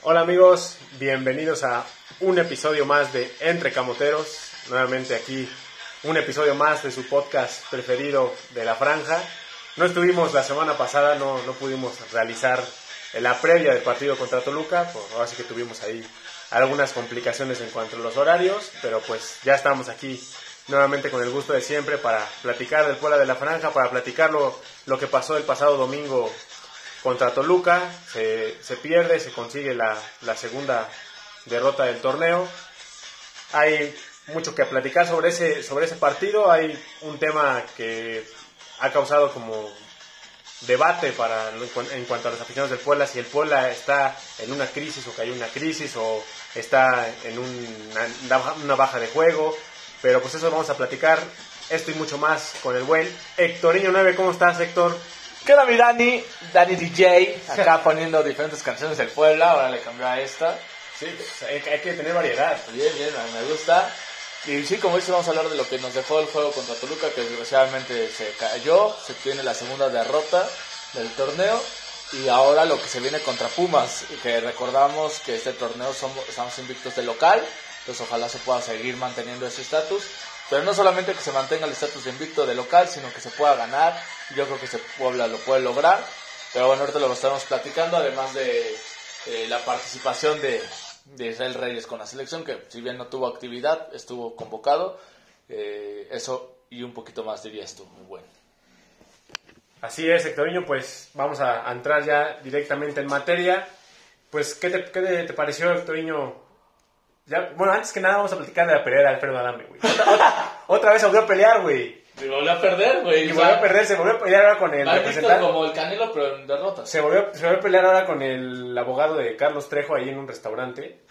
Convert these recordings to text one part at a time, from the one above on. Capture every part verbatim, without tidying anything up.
Hola amigos, bienvenidos a un episodio más de Entre Camoteros. Nuevamente aquí un episodio más de su podcast preferido de La Franja. No estuvimos la semana pasada, no, no pudimos realizar la previa del partido contra Toluca, pues ahora sí que tuvimos ahí algunas complicaciones en cuanto a los horarios, pero pues ya estamos aquí nuevamente con el gusto de siempre para platicar del Puebla de La Franja, para platicar lo, lo que pasó el pasado domingo contra Toluca. Se, se pierde, se consigue la, la segunda derrota del torneo. Hay mucho que platicar sobre ese, sobre ese partido. Hay un tema que ha causado como debate para en cuanto a los aficionados del Puebla, si el Puebla está en una crisis o cayó en una crisis o está en una, una baja de juego, pero pues eso vamos a platicar, esto y mucho más con el buen Héctorinho nueve. ¿Cómo estás, Héctor? ¿Qué onda, mi Dani? Dani D J, acá poniendo diferentes canciones del Puebla, ahora le cambió a esta. Sí, pues hay, hay que tener variedad. Bien, bien, me gusta. Y sí, como dices, vamos a hablar de lo que nos dejó el juego contra Toluca, que desgraciadamente se cayó, se tiene la segunda derrota del torneo, y ahora lo que se viene contra Pumas, que recordamos que este torneo somos, estamos invictos de local, entonces ojalá se pueda seguir manteniendo ese estatus. Pero no solamente que se mantenga el estatus de invicto de local, sino que se pueda ganar. Yo creo que se Puebla lo puede lograr. Pero bueno, ahorita lo estaremos platicando, además de eh, la participación de, de Israel Reyes con la selección, que si bien no tuvo actividad, estuvo convocado. Eh, eso y un poquito más dirías tú, muy bueno. Así es, Héctorinho, pues vamos a, a entrar ya directamente en materia. Pues, ¿qué te, qué te pareció, Héctorinho? Ya, bueno, antes que nada vamos a platicar de la pelea de Alfredo Adame, güey. Otra, otra, otra vez se volvió a pelear, güey. Se volvió a perder, güey. Y volvió a perder, se volvió a pelear ahora con el representante. como el Canelo, pero en derrota. Se volvió, se volvió a pelear ahora con el abogado de Carlos Trejo ahí en un restaurante.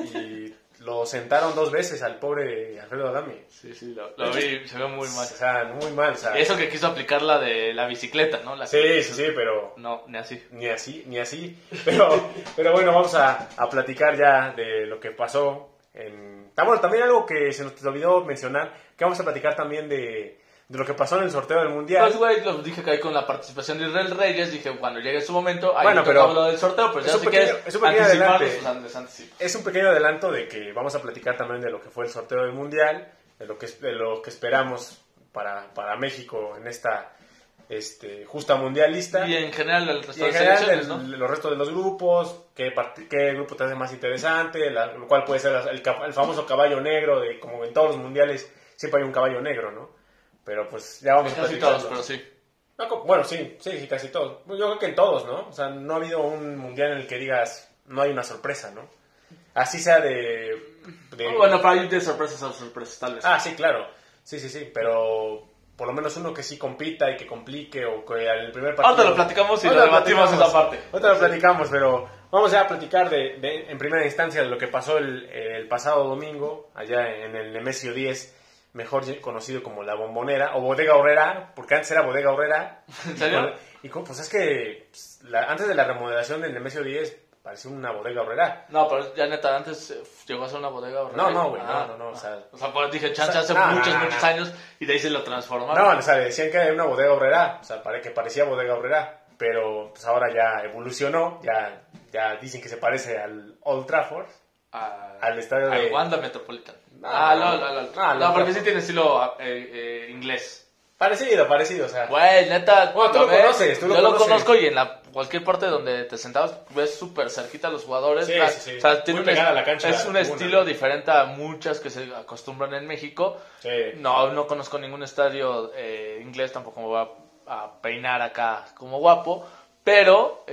Y lo sentaron dos veces al pobre Alfredo Adame. Sí, sí, lo, lo vi, se ve muy mal. O sea, muy mal, o sea. Eso que quiso aplicar la de la bicicleta, ¿no? La sí, que... sí, sí, pero... No, ni así. Ni así, ni así. Pero, pero bueno, vamos a, a platicar ya de lo que pasó en... Ah, bueno, también algo que se nos olvidó mencionar, que vamos a platicar también de, de lo que pasó en el sorteo del Mundial. Pues, güey, lo dije que ahí con la participación de Israel Reyes, dije, cuando llegue su momento, ahí bueno, pero lo del sorteo, pero ya si pequeño, quieres es un pequeño adelante. Pues, antes, es un pequeño adelanto de que vamos a platicar también de lo que fue el sorteo del Mundial, de lo que, de lo que esperamos para, para México en esta... Este, justa mundialista y en general el resto y en de general selecciones, el, ¿no? los restos de los grupos, qué, part- qué grupo te hace más interesante, la, lo cual puede ser el, el famoso caballo negro, de como en todos los mundiales siempre hay un caballo negro, ¿no? Pero pues ya vamos casi a todos, pero sí. No, bueno, sí, sí, sí, casi todos. Yo creo que en todos, ¿no? O sea, no ha habido un mundial en el que digas, no hay una sorpresa, ¿no? Así sea de... de... Oh, bueno, pero hay de sorpresas a sorpresas, tal vez. Ah, sí, claro. Sí, sí, sí, pero... por lo menos uno que sí compita y que complique o que al primer partido... Ahora lo platicamos y lo debatimos esa parte. Ahora lo platicamos, pero vamos ya a platicar de, de, en primera instancia de lo que pasó el, el pasado domingo allá en el Nemesio diez, mejor conocido como La Bombonera o Bodega Horrera, porque antes era Bodega Horrera. ¿En serio? Y, y pues es que pues, la, antes de la remodelación del Nemesio diez parecía una Bodega Horrera. No, pero ya neta, antes eh, llegó a ser una Bodega Horrera. No, no, güey, ah, no, no, no, o sea... O sea, pues dije, chance o sea, hace no, muchos, no, no, muchos no. años y de ahí se lo transformaron. No, o sea, decían que era una Bodega Horrera, o sea, que parecía Bodega Horrera, pero pues ahora ya evolucionó, ya, ya dicen que se parece al Old Trafford, a, al estadio de... al Wanda Metropolitan. No, ah, no, no, no, no, no, no, no, porque no. sí tiene estilo eh, eh, inglés. Parecido, parecido, o sea... Güey, neta, Bueno, tú lo ves, conoces, tú lo yo conoces. lo conozco y en la cualquier parte donde te sentabas ves súper cerquita a los jugadores. Sí, la, sí, sí. O sea, tiene Muy un, pegada a la cancha, es un la estilo tribuna, ¿no? diferente a muchas que se acostumbran en México. Sí. No, no conozco ningún estadio eh, inglés, tampoco me voy a, a peinar acá como guapo. Pero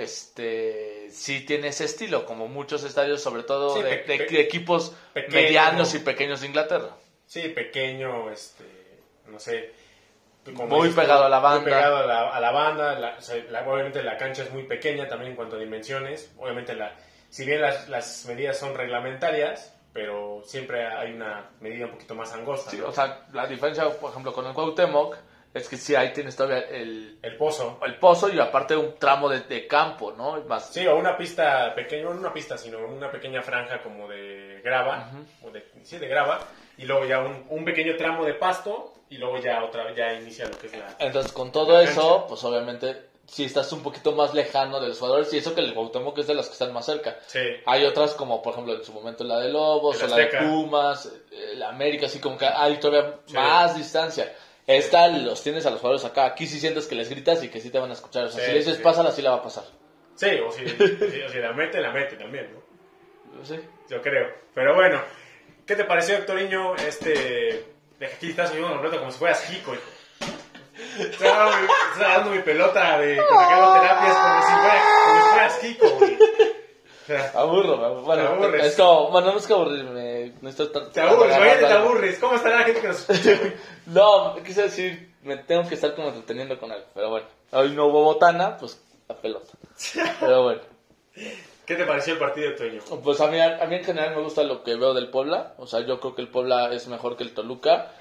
este sí tiene ese estilo, como muchos estadios, sobre todo Sí, de, pe- de- pe- de equipos pequeño. medianos y pequeños de Inglaterra. Sí, pequeño, este, no sé... como Muy dices tú, pegado a la banda. Muy pegado a la, a la banda, la, o sea, la- obviamente la cancha es muy pequeña también en cuanto a dimensiones, obviamente la, si bien las, las medidas son reglamentarias, pero siempre hay una medida un poquito más angosta, Sí, ¿no? o sea, la diferencia, por ejemplo, con el Cuauhtémoc es que sí, ahí tienes todavía el, El pozo. el pozo y aparte un tramo de, de campo, ¿no? Más, Sí, o una pista pequeña, no una pista, sino una pequeña franja como de grava, o de, sí, de grava, y luego ya un, un pequeño tramo de pasto, y luego ya otra ya inicia lo que es la... Entonces, con todo la eso, cancha. pues obviamente si estás un poquito más lejano de los jugadores, y eso que el Cuauhtémoc es de los que están más cerca. Sí. Hay otras como, por ejemplo, en su momento la de Lobos, El o la de Azteca. Pumas, el América, así como que hay todavía Sí. más distancia. Esta los tienes a los jugadores acá. Aquí sí sientes que les gritas y que sí te van a escuchar. O sea, Sí, si le dices sí. pásala, sí la va a pasar. Sí, o si, si, o si la mete, la mete también, ¿no? Sí. Yo creo. Pero bueno, ¿qué te pareció, Héctoriño? Este. De que aquí estás subiendo la pelota como si fueras Jico, hijo. Estoy dando, mi, estoy dando mi pelota de sacando terapias como si, fuera, como si fueras Jico, güey. O sea, Aburro, me aburro. Bueno, Te aburres. es como, bueno, no es que aburrirme. No estoy tan- te aburres, tan- imagínate, te tan- aburres. ¿Cómo estará la gente que nos escucha, güey? No, quise decir, me tengo que estar como entreteniendo con algo. Pero bueno, hoy no hubo botana, pues la pelota. Pero bueno. ¿Qué te pareció el partido, Héctoriño? Pues a mí, a mí en general me gusta lo que veo del Puebla. O sea, yo creo que el Puebla es mejor que el Toluca.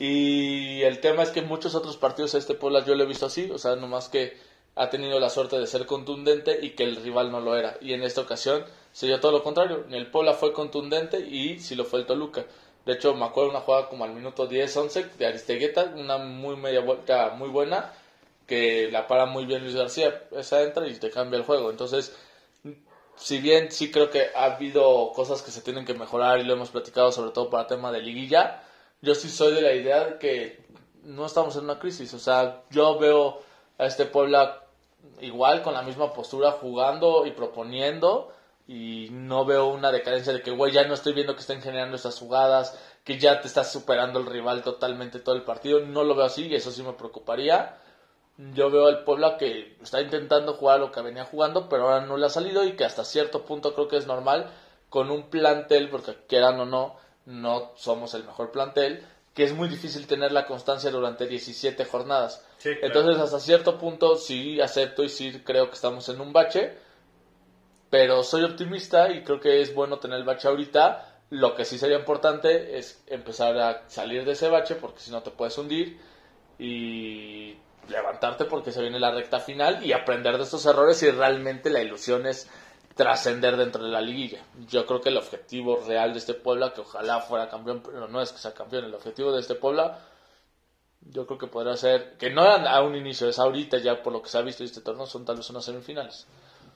Y el tema es que en muchos otros partidos a este Puebla yo lo he visto así. O sea, nomás que ha tenido la suerte de ser contundente y que el rival no lo era. Y en esta ocasión se dio todo lo contrario. El Puebla fue contundente y sí lo fue el Toluca. De hecho, me acuerdo de una jugada como al minuto diez once de Aristeguieta, una muy media vuelta muy buena, que la para muy bien Luis García. Esa entra y te cambia el juego. Entonces, si bien sí creo que ha habido cosas que se tienen que mejorar y lo hemos platicado sobre todo para el tema de liguilla, yo sí soy de la idea de que no estamos en una crisis. O sea, yo veo a este Puebla igual con la misma postura jugando y proponiendo y no veo una decadencia de que güey ya no estoy viendo que estén generando estas jugadas, que ya te estás superando el rival totalmente todo el partido. No lo veo así y eso sí me preocuparía. Yo veo al Puebla que está intentando jugar lo que venía jugando, pero ahora no le ha salido y que hasta cierto punto creo que es normal con un plantel, porque quieran o no, no somos el mejor plantel, que es muy difícil tener la constancia durante diecisiete jornadas. Sí, claro. Entonces hasta cierto punto sí acepto y sí creo que estamos en un bache, pero soy optimista y creo que es bueno tener el bache ahorita. Lo que sí sería importante es empezar a salir de ese bache, porque si no te puedes hundir y levantarte porque se viene la recta final y aprender de estos errores y realmente la ilusión es trascender dentro de la liguilla. Yo creo que el objetivo real de este Puebla, que ojalá fuera campeón, pero no es que sea campeón, el objetivo de este Puebla yo creo que podrá ser, que no a un inicio, es ahorita ya por lo que se ha visto de este torneo, son tal vez unas semifinales.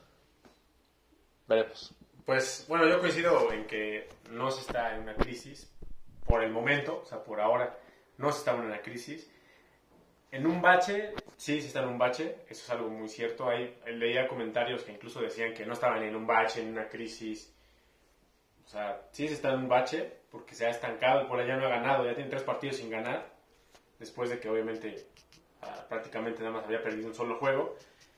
Veremos. Pues bueno, yo coincido en que no se está en una crisis por el momento, o sea, por ahora no se está en una crisis. En un bache, sí se está en un bache, eso es algo muy cierto. Ahí leía comentarios que incluso decían que no estaban en un bache, en una crisis. O sea, sí se está en un bache porque se ha estancado, el Puebla ya no ha ganado, ya tiene tres partidos sin ganar, después de que obviamente uh, prácticamente nada más había perdido un solo juego.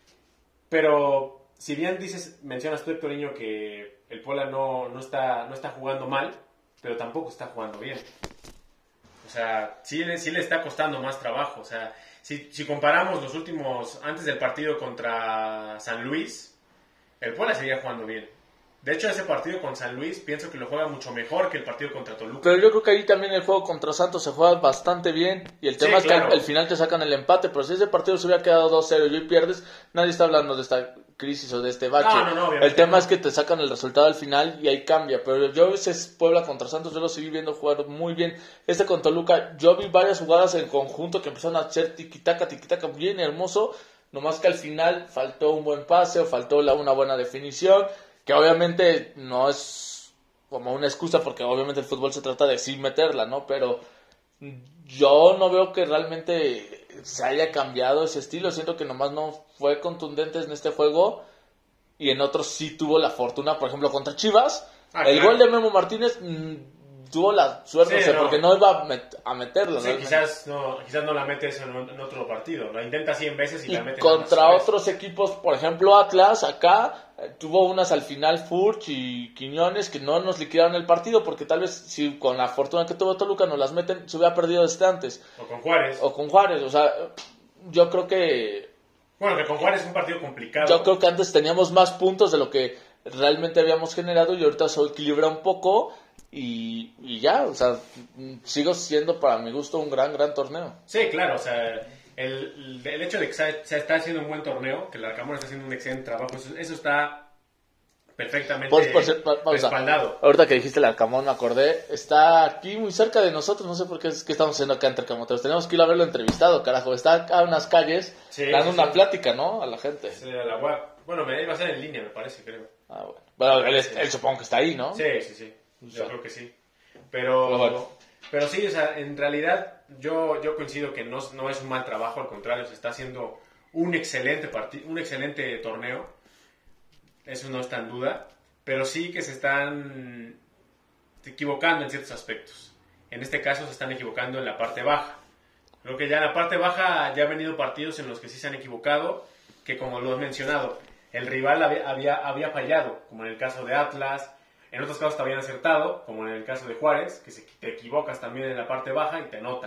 Pero si bien dices, mencionas tú, Héctoriño, que el Puebla no, no, está, no está jugando mal, pero tampoco está jugando bien. O sea, sí le, sí le está costando más trabajo. O sea, si, si comparamos los últimos, antes del partido contra San Luis, el Puebla seguía jugando bien. De hecho, ese partido con San Luis pienso que lo juega mucho mejor que el partido contra Toluca. Pero yo creo que ahí también el juego contra Santos se juega bastante bien. Y el tema Sí, es claro. que al, al final te sacan el empate. Pero si ese partido se hubiera quedado dos cero y hoy pierdes, nadie está hablando de esta crisis o de este bache. No, no, no, obviamente el tema no. es que te sacan el resultado al final y ahí cambia. Pero yo ese Puebla contra Santos yo lo seguí viendo jugar muy bien. Este con Toluca, yo vi varias jugadas en conjunto que empezaron a hacer tiquitaca, tiquitaca bien hermoso. Nomás que al final faltó un buen pase o faltó la, una buena definición. Que obviamente no es como una excusa porque obviamente el fútbol se trata de sí meterla, ¿no? Pero yo no veo que realmente se haya cambiado ese estilo. Siento que nomás no fue contundente en este juego y en otros sí tuvo la fortuna. Por ejemplo, contra Chivas, Ah, el claro. gol de Memo Martínez mmm, tuvo la suerte, Sí, o sea, no. porque no iba a, met- a meterlo. Sí, realmente. quizás no, quizás no la metes en, en otro partido. La intenta cien veces y, Y la mete nada más contra una vez. otros equipos, por ejemplo Atlas, acá eh, tuvo unas al final Furch y Quiñones que no nos liquidaron el partido porque tal vez si con la fortuna que tuvo Toluca nos las meten, se hubiera perdido desde antes. O con Juárez. O con Juárez, o sea, yo creo que Bueno, que con Juárez es un partido complicado. yo creo que antes teníamos más puntos de lo que realmente habíamos generado y ahorita se equilibra un poco y, y ya, o sea, sigo siendo para mi gusto un gran, gran torneo. Sí, claro, o sea, el, el hecho de que se, se está haciendo un buen torneo, que el Arcamón está haciendo un excelente trabajo, eso, eso está perfectamente por, por ser, pa, pausa. respaldado. Ahorita que dijiste el Arcamón, me acordé, está aquí muy cerca de nosotros, no sé por qué es que estamos haciendo acá entre camoteros. Tenemos que ir a verlo entrevistado, carajo. Está acá en unas calles Sí, dando sí, una sí. plática, ¿no? A la gente. Sí, a la U A P. Bueno, me iba a ser en línea, me parece, creo. Ah, bueno. Bueno, él, es- él supongo que está ahí, ¿no? Sí, sí, sí. O Yo sea. creo que sí. Pero, Pero bueno. pero sí, o sea, en realidad yo, yo coincido que no, no es un mal trabajo, al contrario, se está haciendo un excelente partido, un excelente torneo. Eso no está en duda. Pero sí que se están equivocando en ciertos aspectos. En este caso se están equivocando en la parte baja. Creo que ya en la parte baja ya han venido partidos en los que sí se han equivocado, que como lo he mencionado, el rival había, había, había fallado, como en el caso de Atlas, en otros casos te habían acertado, como en el caso de Juárez, que se, te equivocas también en la parte baja y te notan.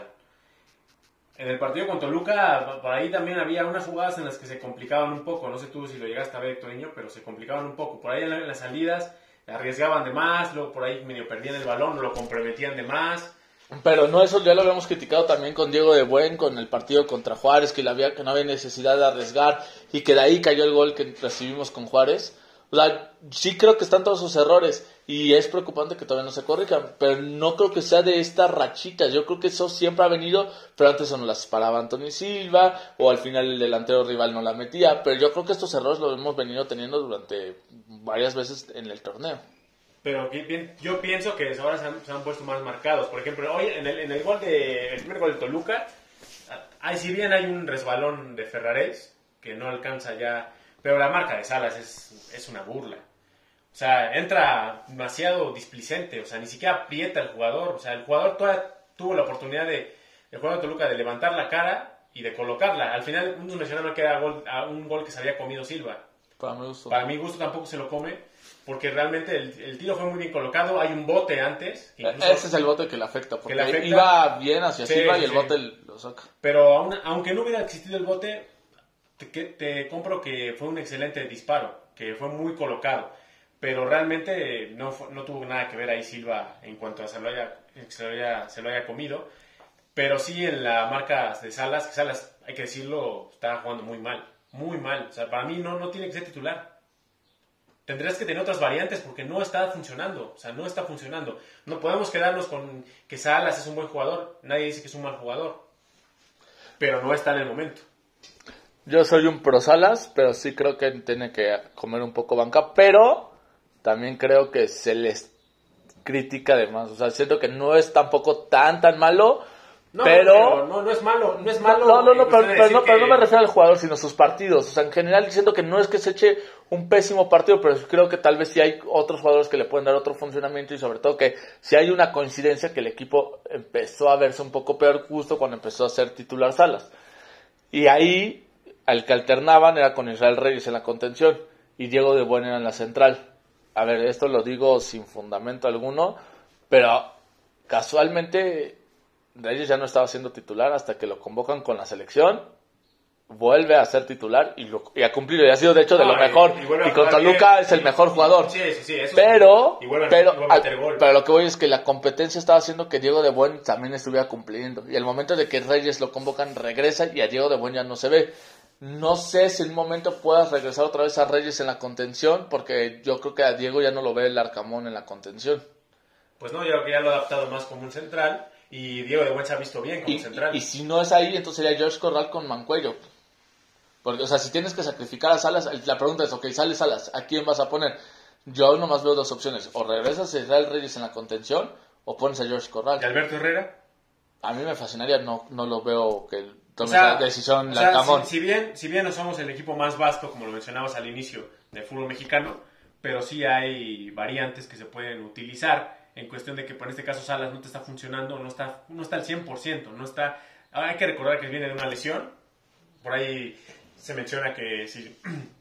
En el partido con Toluca, por ahí también había unas jugadas en las que se complicaban un poco, no sé tú si lo llegaste a ver, Héctor, pero se complicaban un poco. Por ahí en, la, en las salidas arriesgaban de más, luego por ahí medio perdían el balón, lo comprometían de más. Pero no, eso ya lo habíamos criticado también con Diego de Buen, con el partido contra Juárez, que, le había, que no había necesidad de arriesgar y que de ahí cayó el gol que recibimos con Juárez. O sea, sí creo que están todos sus errores y es preocupante que todavía no se corrijan, pero no creo que sea de estas rachitas. Yo creo que eso siempre ha venido, pero antes o no las paraba Anthony Silva o al final el delantero rival no la metía, pero yo creo que estos errores los hemos venido teniendo durante varias veces en el torneo. Pero yo pienso que ahora se han, se han puesto más marcados. Por ejemplo, hoy en el, en el gol de el primer gol de Toluca, hay, si bien hay un resbalón de Ferraréis que no alcanza ya, pero la marca de Salas es, es una burla. O sea, entra demasiado displicente, o sea, ni siquiera aprieta el jugador. O sea, el jugador todavía tuvo la oportunidad de, el jugador de Toluca, de levantar la cara y de colocarla. Al final, unos mencionaron que era gol, un gol que se había comido Silva. Para mi gusto. Para mi gusto tampoco se lo come. Porque realmente el, el tiro fue muy bien colocado. Hay un bote antes. Incluso, ese es el bote que le afecta. Porque le afecta. Iba bien hacia sí, Silva sí, y el sí. bote lo saca. Pero aun, aunque no hubiera existido el bote, te, te compro que fue un excelente disparo. Que fue muy colocado. Pero realmente no, fue, no tuvo nada que ver ahí Silva en cuanto a se lo haya, se lo haya, se lo haya comido. Pero sí en la marca de Salas, que Salas, hay que decirlo, está jugando muy mal. Muy mal. O sea, para mí no, no tiene que ser titular. Tendrás que tener otras variantes porque no está funcionando. O sea, no está funcionando. No podemos quedarnos con que Salas es un buen jugador. Nadie dice que es un mal jugador. Pero no está en el momento. Yo soy un pro Salas, pero sí creo que tiene que comer un poco banca. Pero también creo que se les critica de más. O sea, siento que no es tampoco tan, tan malo. No, pero, pero no, no es malo, no es malo. No, no, no, pero, pero, no, que... pero no me refiero al jugador, sino a sus partidos. O sea, en general siento que no es que se eche un pésimo partido, pero creo que tal vez sí hay otros jugadores que le pueden dar otro funcionamiento y sobre todo que si hay una coincidencia que el equipo empezó a verse un poco peor justo cuando empezó a ser titular Salas. Y ahí, al que alternaban era con Israel Reyes en la contención y Diego de Buen era en la central. A ver, esto lo digo sin fundamento alguno, pero casualmente Reyes ya no estaba siendo titular hasta que lo convocan con la selección, vuelve a ser titular y, lo, y ha cumplido y ha sido de hecho de no, lo mejor y, y, y con Toluca es el mejor jugador. Sí, sí, sí, eso pero y vuelve, pero, y vuelve a meter gol. pero lo que voy es que la competencia estaba haciendo que Diego de Buen también estuviera cumpliendo y el momento de que Reyes lo convocan regresa y a Diego de Buen ya no se ve. No sé si en un momento puedas regresar otra vez a Reyes en la contención porque yo creo que a Diego ya no lo ve el Arcamón en la contención. Pues no, yo creo que ya lo ha adaptado más como un central. Y Diego de Buen se ha visto bien como y, central. Y, y si no es ahí, entonces sería George Corral con Mancuello. Porque, o sea, si tienes que sacrificar a Salas, la pregunta es, ok, sale Salas, ¿a quién vas a poner? Yo nomás veo dos opciones. O regresas a Israel Reyes en la contención, o pones a George Corral. ¿Y Alberto Herrera? A mí me fascinaría, no, no lo veo que tome o sea, esa decisión. O sea, Camón. si, si, bien, si bien no somos el equipo más vasto, como lo mencionabas al inicio, del fútbol mexicano, pero sí hay variantes que se pueden utilizar. En cuestión de que, por este caso, Salas no te está funcionando, no está, no está al cien por ciento, no está... Hay que recordar que viene de una lesión. Por ahí se menciona que si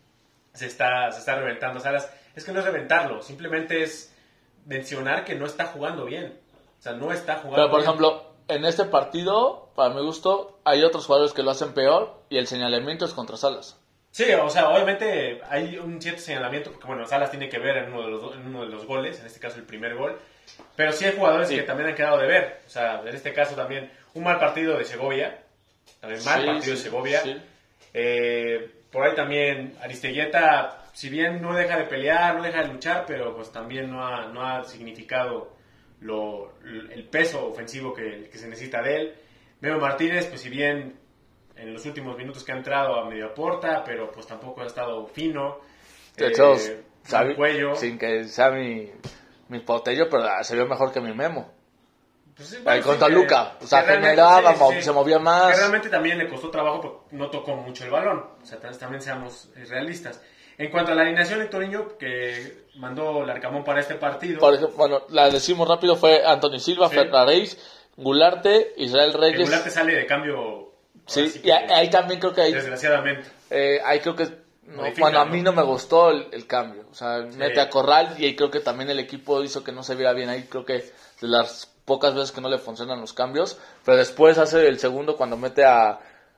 se está, se está reventando Salas. Es que no es reventarlo, simplemente es mencionar que no está jugando bien. O sea, no está jugando Pero, por bien. ejemplo, en este partido, para mi gusto, hay otros jugadores que lo hacen peor y el señalamiento es contra Salas. Sí, o sea, obviamente hay un cierto señalamiento, porque bueno, Salas tiene que ver en uno de los, en uno de los goles, en este caso el primer gol, pero sí hay jugadores sí. que también han quedado de ver, o sea, en este caso también un mal partido de Segovia, también mal sí, partido sí, de Segovia, sí. Eh, por ahí también Aristeguieta si bien no deja de pelear, no deja de luchar, pero pues también no ha, no ha significado lo, el peso ofensivo que, que se necesita de él. Memo Martínez, pues si bien en los últimos minutos que ha entrado a medio aporta, pero pues tampoco ha estado fino. De hecho, eh, sabe, cuello. sin que sea mi, mi Potello, pero se vio mejor que mi Memo. Pues sí, Ahí bueno, con sí, Toluca, que, o sea, que generaba, sí, sí, se movía más. Que realmente también le costó trabajo porque no tocó mucho el balón. O sea, también seamos realistas. En cuanto a la alineación de Toriño, que mandó Larcamón para este partido. Por ejemplo, bueno, la decimos rápido, fue Anthony Silva, sí. Ferraréis, Gularte, Israel Reyes. El Gularte sale de cambio. Sí, sí y ahí, ahí también creo que hay. Desgraciadamente. Eh, ahí creo que. No, bueno, a mí no me gustó el, el cambio. O sea, sí. mete a Corral y ahí creo que también el equipo hizo que no se viera bien. Ahí creo que de las pocas veces que no le funcionan los cambios. Pero después hace el segundo cuando mete a,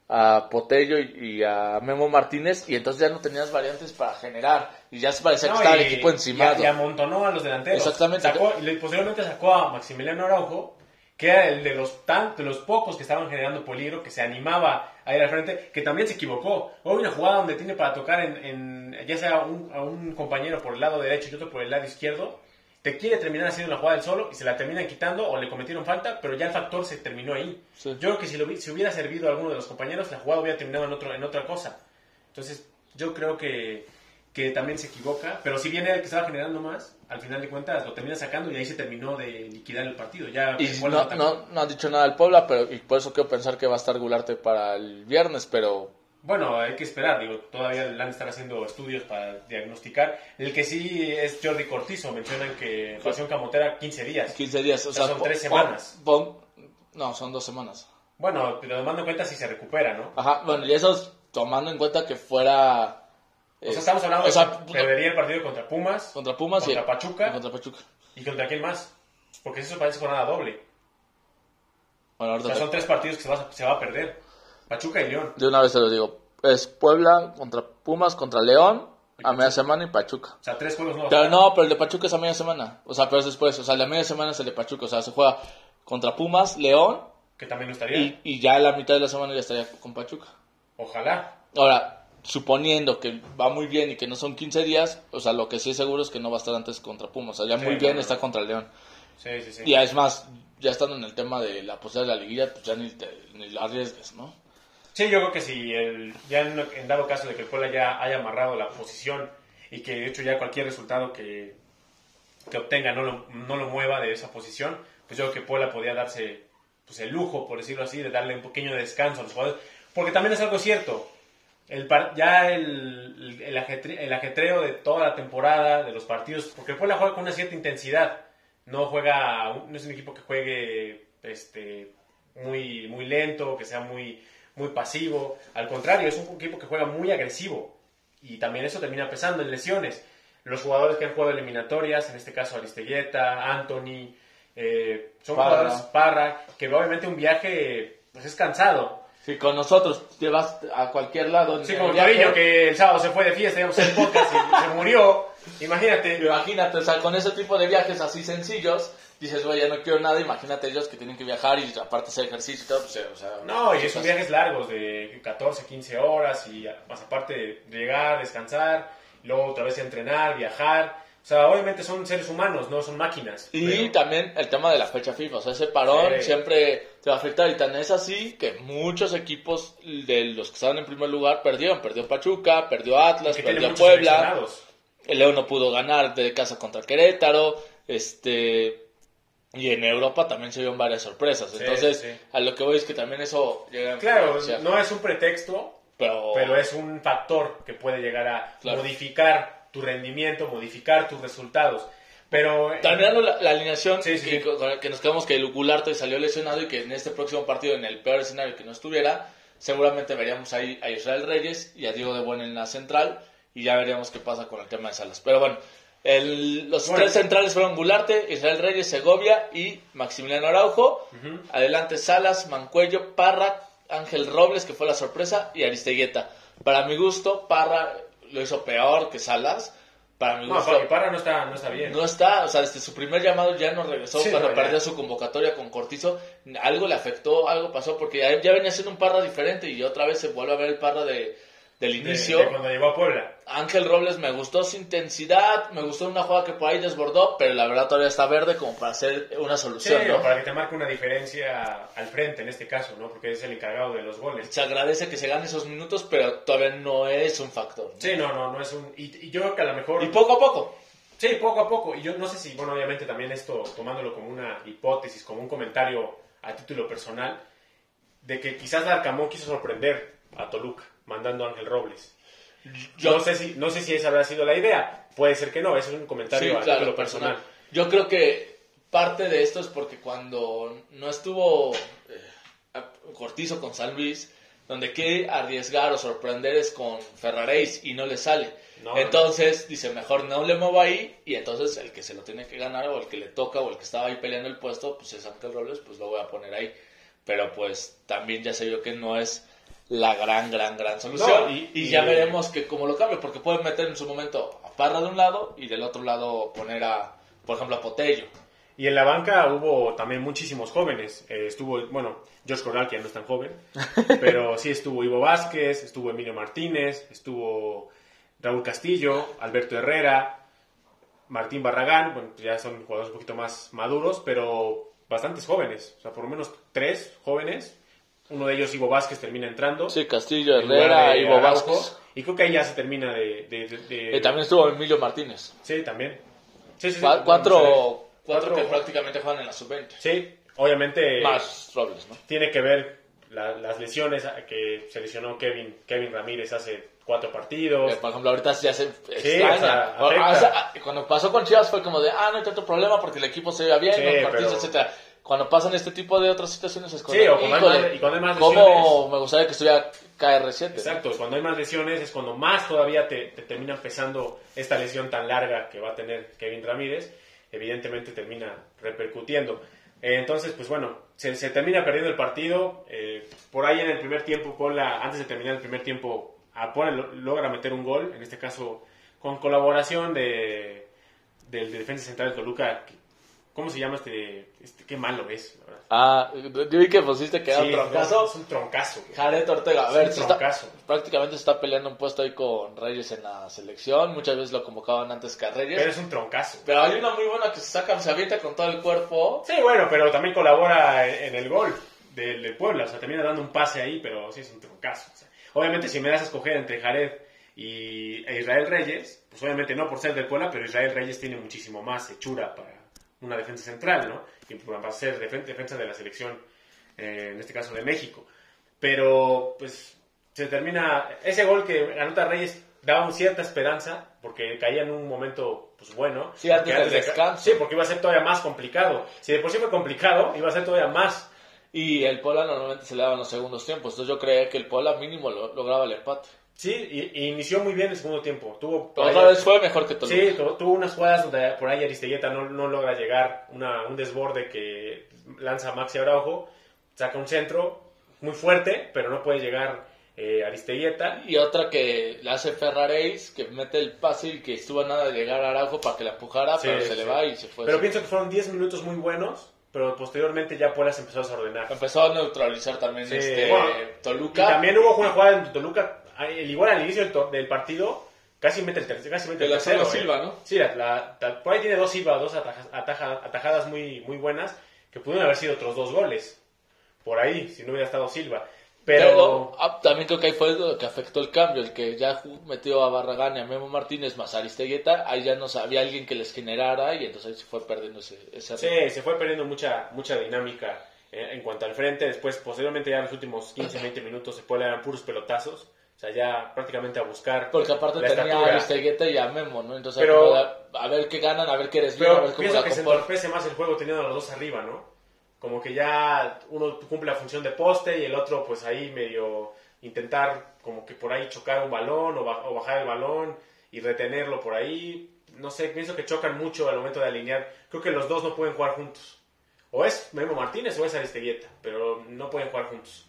a Potello y, y a Memo Martínez. Y entonces ya no tenías variantes para generar. Y ya se parecía no, que estaba y, el equipo encimado. Y, y amontonó a los delanteros. Exactamente. Sacó, y posteriormente sacó a Maximiliano Araujo, que era el de los, tan, de los pocos que estaban generando peligro, que se animaba a ir al frente, que también se equivocó. Hubo una jugada donde tiene para tocar en, en ya sea un, a un compañero por el lado derecho y otro por el lado izquierdo, te quiere terminar haciendo la jugada del solo y se la terminan quitando o le cometieron falta, pero ya el factor se terminó ahí. Sí. Yo creo que si, lo, si hubiera servido a alguno de los compañeros, la jugada hubiera terminado en, otro, en otra cosa. Entonces, yo creo que, que también se equivoca, pero si bien era el que estaba generando más, al final de cuentas lo termina sacando y ahí se terminó de liquidar el partido. Ya y no, no, no han dicho nada del Puebla, pero y por eso quiero pensar que va a estar Gularte para el viernes, pero... Bueno, hay que esperar, digo, todavía le han de estar haciendo estudios para diagnosticar. El que sí es Jordi Cortizo, mencionan que pasión camotera quince días. quince días, o, o sea, sea, son tres semanas. Pon, pon, no, son dos semanas. Bueno, pero tomando en cuenta si se recupera, ¿no? Ajá, bueno, y eso es tomando en cuenta que fuera... O sea, estamos hablando o sea, de que perdería el partido contra Pumas, contra Pumas contra y, Pachuca, y contra Pachuca. ¿Y contra quién más? Porque eso parece jornada doble. Bueno, o sea, son tres partidos que se va, se va a perder. Pachuca y León. De una vez te lo digo. Es Puebla contra Pumas, contra León, a media semana y Pachuca. O sea, tres juegos no. Pero no, pero el de Pachuca es a media semana. O sea, pero es después. O sea, la media semana es el de Pachuca. O sea, se juega contra Pumas, León. Que también no estaría. Y, y ya la mitad de la semana ya estaría con Pachuca. Ojalá. Ahora, suponiendo que va muy bien y que no son quince días, o sea, lo que sí es seguro es que no va a estar antes contra Pumas. O sea, ya sí, muy bien no, está contra el León. Sí, sí, sí. Y es más, ya estando en el tema de la posibilidad de la liguilla, pues ya ni, te, ni la arriesgues, ¿no? Sí, yo creo que si el, ya en, en dado caso de que el Puebla ya haya amarrado la posición y que de hecho ya cualquier resultado que, que obtenga no lo, no lo mueva de esa posición, pues yo creo que Puebla podría darse pues el lujo, por decirlo así, de darle un pequeño descanso a los jugadores. Porque también es algo cierto. El par, ya el, el, ajetre, el ajetreo de toda la temporada, de los partidos, porque el Puebla juega con una cierta intensidad, no juega, no es un equipo que juegue este, muy, muy lento, que sea muy, muy pasivo, al contrario, es un equipo que juega muy agresivo y también eso termina pesando en lesiones. Los jugadores que han jugado eliminatorias, en este caso Aristeguieta, Anthony, eh, son Parra. jugadores Parra, que obviamente un viaje pues es cansado. Sí, con nosotros te vas a cualquier lado. Sí, como Toriño, que el sábado se fue de fiesta, íbamos a hacer podcast y se murió. Imagínate. Imagínate, o sea, con ese tipo de viajes así sencillos, dices, güey, ya no quiero nada. Imagínate ellos que tienen que viajar y aparte hacer ejercicio y todo. Pues, o sea, no, y son viajes largos de catorce, quince horas y más aparte de llegar, descansar, y luego otra vez entrenar, viajar. O sea, obviamente son seres humanos, no son máquinas. Y pero... también el tema de la fecha FIFA, o sea, ese parón sí. siempre te va a afectar. Y tan es así que muchos equipos de los que estaban en primer lugar perdieron. Perdió Pachuca, perdió Atlas, perdió Puebla. El León no pudo ganar de casa contra Querétaro. Este... Y en Europa también se vieron varias sorpresas. Sí, Entonces, sí. a lo que voy es que también eso llega a Claro, no es un pretexto, pero... pero es un factor que puede llegar a claro. modificar tu rendimiento, modificar tus resultados. Pero terminando la, la alineación, sí, sí, que, sí. que nos quedamos que el Gularte salió lesionado y que en este próximo partido, en el peor escenario que no estuviera, seguramente veríamos ahí a Israel Reyes y a Diego de Buen en la central y ya veríamos qué pasa con el tema de Salas. Pero bueno, el, los bueno, tres centrales fueron Gularte, Israel Reyes, Segovia y Maximiliano Araujo. Uh-huh. Adelante Salas, Mancuello, Parra, Ángel Robles, que fue la sorpresa, y Aristeguieta. Para mi gusto, Parra lo hizo peor que Salas. Para mi no, gusto, Parra no está, no está bien. No está, o sea, desde su primer llamado ya no regresó. Sí, cuando no, perdió su convocatoria con Cortizo, algo le afectó, algo pasó, porque ya, ya venía siendo un Parra diferente y otra vez se vuelve a ver el Parra de, del inicio. De, de cuando llegó a Puebla. Ángel Robles me gustó su intensidad, me gustó una jugada que por ahí desbordó, pero la verdad todavía está verde como para hacer una solución, sí, ¿no? o para que te marque una diferencia al frente en este caso, ¿no? Porque es el encargado de los goles. Se agradece que se gane esos minutos, pero todavía no es un factor, ¿no? Sí, no, no, no es un... Y, y yo creo que a lo mejor... Y poco a poco. Sí, poco a poco. Y yo no sé si, bueno, obviamente también esto, tomándolo como una hipótesis, como un comentario a título personal, de que quizás Larcamón quiso sorprender a Toluca, mandando a Ángel Robles. Yo no sé si, no sé si esa habrá sido la idea. Puede ser que no, eso es un comentario sí, a claro, título personal. personal. Yo creo que parte de esto es porque cuando no estuvo eh, Cortizo con San Luis, donde quiere arriesgar o sorprender es con Ferraréis y no le sale. No, entonces no. dice, mejor no le muevo ahí, y entonces el que se lo tiene que ganar o el que le toca o el que estaba ahí peleando el puesto, pues es Ángel Robles, pues lo voy a poner ahí. Pero pues también ya se vio que no es la gran, gran, gran solución. No, y, y, y ya y... veremos que cómo lo cambia, porque pueden meter en su momento a Parra de un lado y del otro lado poner a, por ejemplo, a Potello. Y en la banca hubo también muchísimos jóvenes. Eh, estuvo, bueno, Josh Corral, que ya no es tan joven, pero sí estuvo Ivo Vázquez, estuvo Emilio Martínez, estuvo Raúl Castillo, Alberto Herrera, Martín Barragán. Bueno, ya son jugadores un poquito más maduros, pero bastantes jóvenes. O sea, por lo menos tres jóvenes. Uno de ellos, Ivo Vázquez, termina entrando. Sí, Castillo, Herrera, Ivo Araujo, Vázquez. Y creo que ahí ya se termina de... de, de, de... Eh, también estuvo Emilio Martínez. Sí, también. Sí, sí, sí. Cuatro, cuatro, cuatro que prácticamente juegan en la sub veinte. Sí, obviamente... Más Robles, ¿no? Tiene que ver la, las lesiones que se lesionó Kevin, Kevin Ramírez hace cuatro partidos. Eh, por ejemplo, ahorita ya se sí, extraña. O sea, o sea, cuando pasó con Chivas fue como de, ah, no hay tanto problema porque el equipo se veía bien, sí, los partidos, pero... etcétera. Cuando pasan este tipo de otras situaciones es cuando, sí, o cuando hay más, y cuando hay más lesiones. ¿cómo me gustaría que estuviera K R siete? Exacto, ¿no? Cuando hay más lesiones es cuando más todavía te, te termina pesando esta lesión tan larga que va a tener Kevin Ramírez. Evidentemente termina repercutiendo. Eh, entonces, pues bueno, se, se termina perdiendo el partido. Eh, por ahí en el primer tiempo, Puebla, antes de terminar el primer tiempo, a Puebla lo, logra meter un gol. En este caso, con colaboración de, del de defensa central de Toluca. ¿Cómo se llama este? este qué malo es, la verdad. Ah, yo vi que pusiste que era sí, un troncazo. Es un troncazo. Jared Ortega, a ver, es un troncazo. Está, prácticamente se está peleando un puesto ahí con Reyes en la selección. Muchas veces lo convocaban antes que a Reyes. Pero es un troncazo. Pero hay una muy buena que se saca, se avienta con todo el cuerpo. Sí, bueno, pero también colabora en el gol del, del Puebla. O sea, termina dando un pase ahí, pero sí es un troncazo. O sea, obviamente, si me das a escoger entre Jared y e Israel Reyes, pues obviamente no por ser del Puebla, pero Israel Reyes tiene muchísimo más hechura para una defensa central, ¿no? Y va a ser defensa de la selección, eh, en este caso de México. Pero, pues, se termina... Ese gol que anota Reyes daba una cierta esperanza, porque caía en un momento, pues, bueno. Sí, antes del descanso. Sí, porque iba a ser todavía más complicado. Si de por sí fue complicado, iba a ser todavía más. Y el Puebla normalmente se le daban los segundos tiempos, entonces yo creía que el Puebla mínimo lo, lograba el empate. Sí, y, y inició muy bien el segundo tiempo. Tuvo Pero otra vez fue mejor que Toluca. Sí, tuvo, tuvo unas jugadas donde por ahí Aristeguieta no, no logra llegar, una, un desborde que lanza Maxi Araujo, saca un centro muy fuerte, pero no puede llegar eh, Aristeguieta. Y otra que le hace Ferraréis, que mete el pase y que estuvo a nada de llegar a Araujo para que la empujara, sí, pero se sí. le va y se fue. Pero pienso que fueron diez minutos muy buenos, pero posteriormente ya Puebla se empezó a desordenar. Empezó a neutralizar también sí. este bueno, Toluca. Y también hubo una jugada en Toluca, el igual al inicio del, to- del partido, casi mete el, ter- casi mete el tercero. La Silva, ¿eh? ¿no? Sí, la, la, la, por ahí tiene dos Silva, dos ataja, ataja, atajadas muy, muy buenas, que pudieron haber sido otros dos goles. Por ahí, si no hubiera estado Silva. Pero, Pero ah, también creo que ahí fue lo que afectó el cambio, el que ya metió a Barragán y a Memo Martínez más a Aristeguieta, ahí ya no había alguien que les generara y entonces ahí se fue perdiendo ese, ese sí, ritmo. Se fue perdiendo mucha, mucha dinámica eh, en cuanto al frente. Después, posteriormente, ya en los últimos quince, veinte minutos se puede eran puros pelotazos. O sea, ya prácticamente a buscar. Porque aparte tenía estatura. A Aristeguieta y a Memo, ¿no? Entonces, pero, a, a ver qué ganan, a ver qué eres bien, a ver cómo pienso la que compor- se entorpece más el juego teniendo a los dos arriba, ¿no? Como que ya uno cumple la función de poste y el otro, pues ahí medio intentar, como que por ahí chocar un balón o, ba- o bajar el balón y retenerlo por ahí. No sé, pienso que chocan mucho al momento de alinear. Creo que los dos no pueden jugar juntos. O es Memo Martínez o es Aristeguieta, pero no pueden jugar juntos.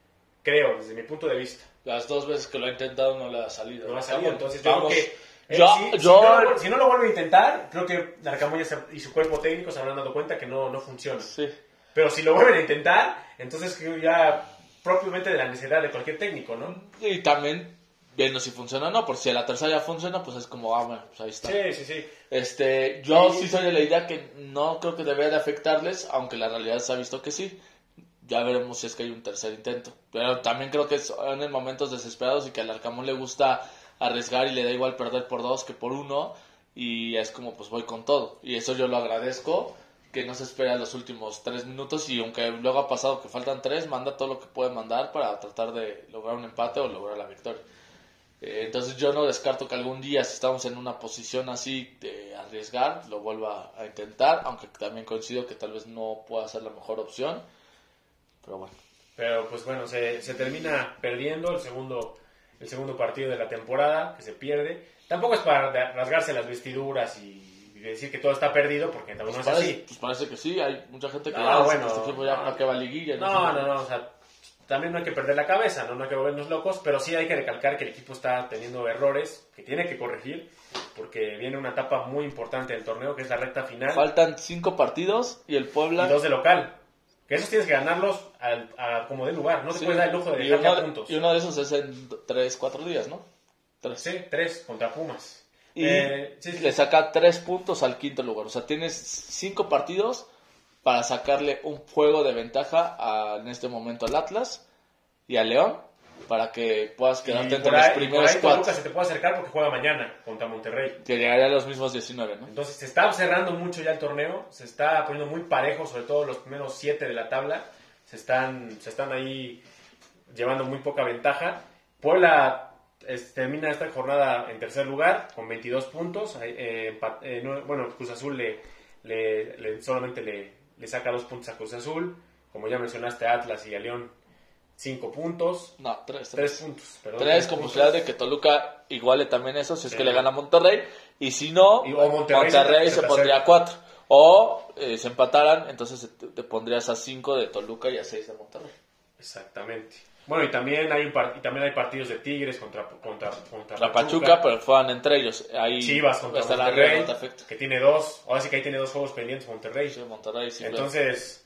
Creo, desde mi punto de vista. Las dos veces que lo ha intentado no le ha salido. No ha salido, entonces yo Vamos. creo que... Eh, Yo- si, si yo- no lo, si no lo vuelve a intentar, creo que Larcamón y su cuerpo técnico se habrán dado cuenta que no, no funciona. Sí. Pero si lo vuelven a intentar, entonces creo ya propiamente de la necesidad de cualquier técnico, ¿no? Y también viendo si funciona o no, por si a la tercera ya funciona, pues es como, ah, bueno, pues ahí está. Sí, sí, sí. Este, yo Sí. sí soy de la idea que no creo que debería de afectarles, aunque la realidad se ha visto que sí. Ya veremos si es que hay un tercer intento. Pero también creo que son en momentos desesperados y que al Arcamón le gusta arriesgar y le da igual perder por dos que por uno. Y es como, pues voy con todo. Y eso yo lo agradezco, que no se espera los últimos tres minutos. Y aunque luego ha pasado que faltan tres, manda todo lo que puede mandar para tratar de lograr un empate o lograr la victoria. Eh, entonces yo no descarto que algún día, si estamos en una posición así de arriesgar, lo vuelva a intentar. Aunque también coincido que tal vez no pueda ser la mejor opción. Pero bueno. Pero pues bueno, se, se termina perdiendo el segundo, el segundo partido de la temporada, que se pierde. Tampoco es para rasgarse las vestiduras y, y decir que todo está perdido, porque tampoco Pues no es parece, así. pues parece que sí, hay mucha gente que No, ya dice bueno, que este equipo ya no. no acaba liguilla. No, no, no, o sea, también no hay que perder la cabeza, ¿no? No hay que volvernos locos, pero sí hay que recalcar que el equipo está teniendo errores que tiene que corregir, porque viene una etapa muy importante del torneo, que es la recta final. Faltan cinco partidos y el Puebla... Y dos de local. Que esos tienes que ganarlos al, a como de lugar. No te Sí. puedes dar el lujo de y, dejar uno, ya puntos. y uno de esos es en tres, cuatro días, ¿no? Tres. Sí, tres contra Pumas. Y Eh, sí, sí, le sí. saca tres puntos al quinto lugar. O sea, tienes cinco partidos para sacarle un juego de ventaja a, en este momento al Atlas y al León, para que puedas quedarte Y entre por los ahí, y por primeros ahí cuatro. Toluca se te puede acercar porque juega mañana contra Monterrey. Que llegaría a los mismos diecinueve, ¿no? Entonces se está cerrando mucho ya el torneo. Se está poniendo muy parejo, sobre todo los primeros siete de la tabla. Se están, se están ahí llevando muy poca ventaja. Puebla es, termina esta jornada en tercer lugar con veintidós puntos. Eh, eh, no, bueno, Cruz Azul le, le, le, solamente le, le saca dos puntos a Cruz Azul. Como ya mencionaste, Atlas y a León, cinco puntos. No, tres. Tres, Tres, puntos. Perdón, tres con puntos. posibilidad de que Toluca iguale también eso, si es Sí. que le gana a Monterrey. Y si no, Y- o Monterrey Monterrey se- se, se pondría a acerca. cuatro. O eh, se empataran, entonces te, te pondrías a cinco de Toluca y a seis de Monterrey. Exactamente. Bueno, y también hay un par- y también hay partidos de Tigres contra contra contra La Pachuca, pero fueron entre ellos. Ahí Chivas contra está la Monterrey, regla perfecta. que tiene dos. Ahora sí que ahí tiene dos juegos pendientes Monterrey. Sí, Monterrey, sí, Entonces,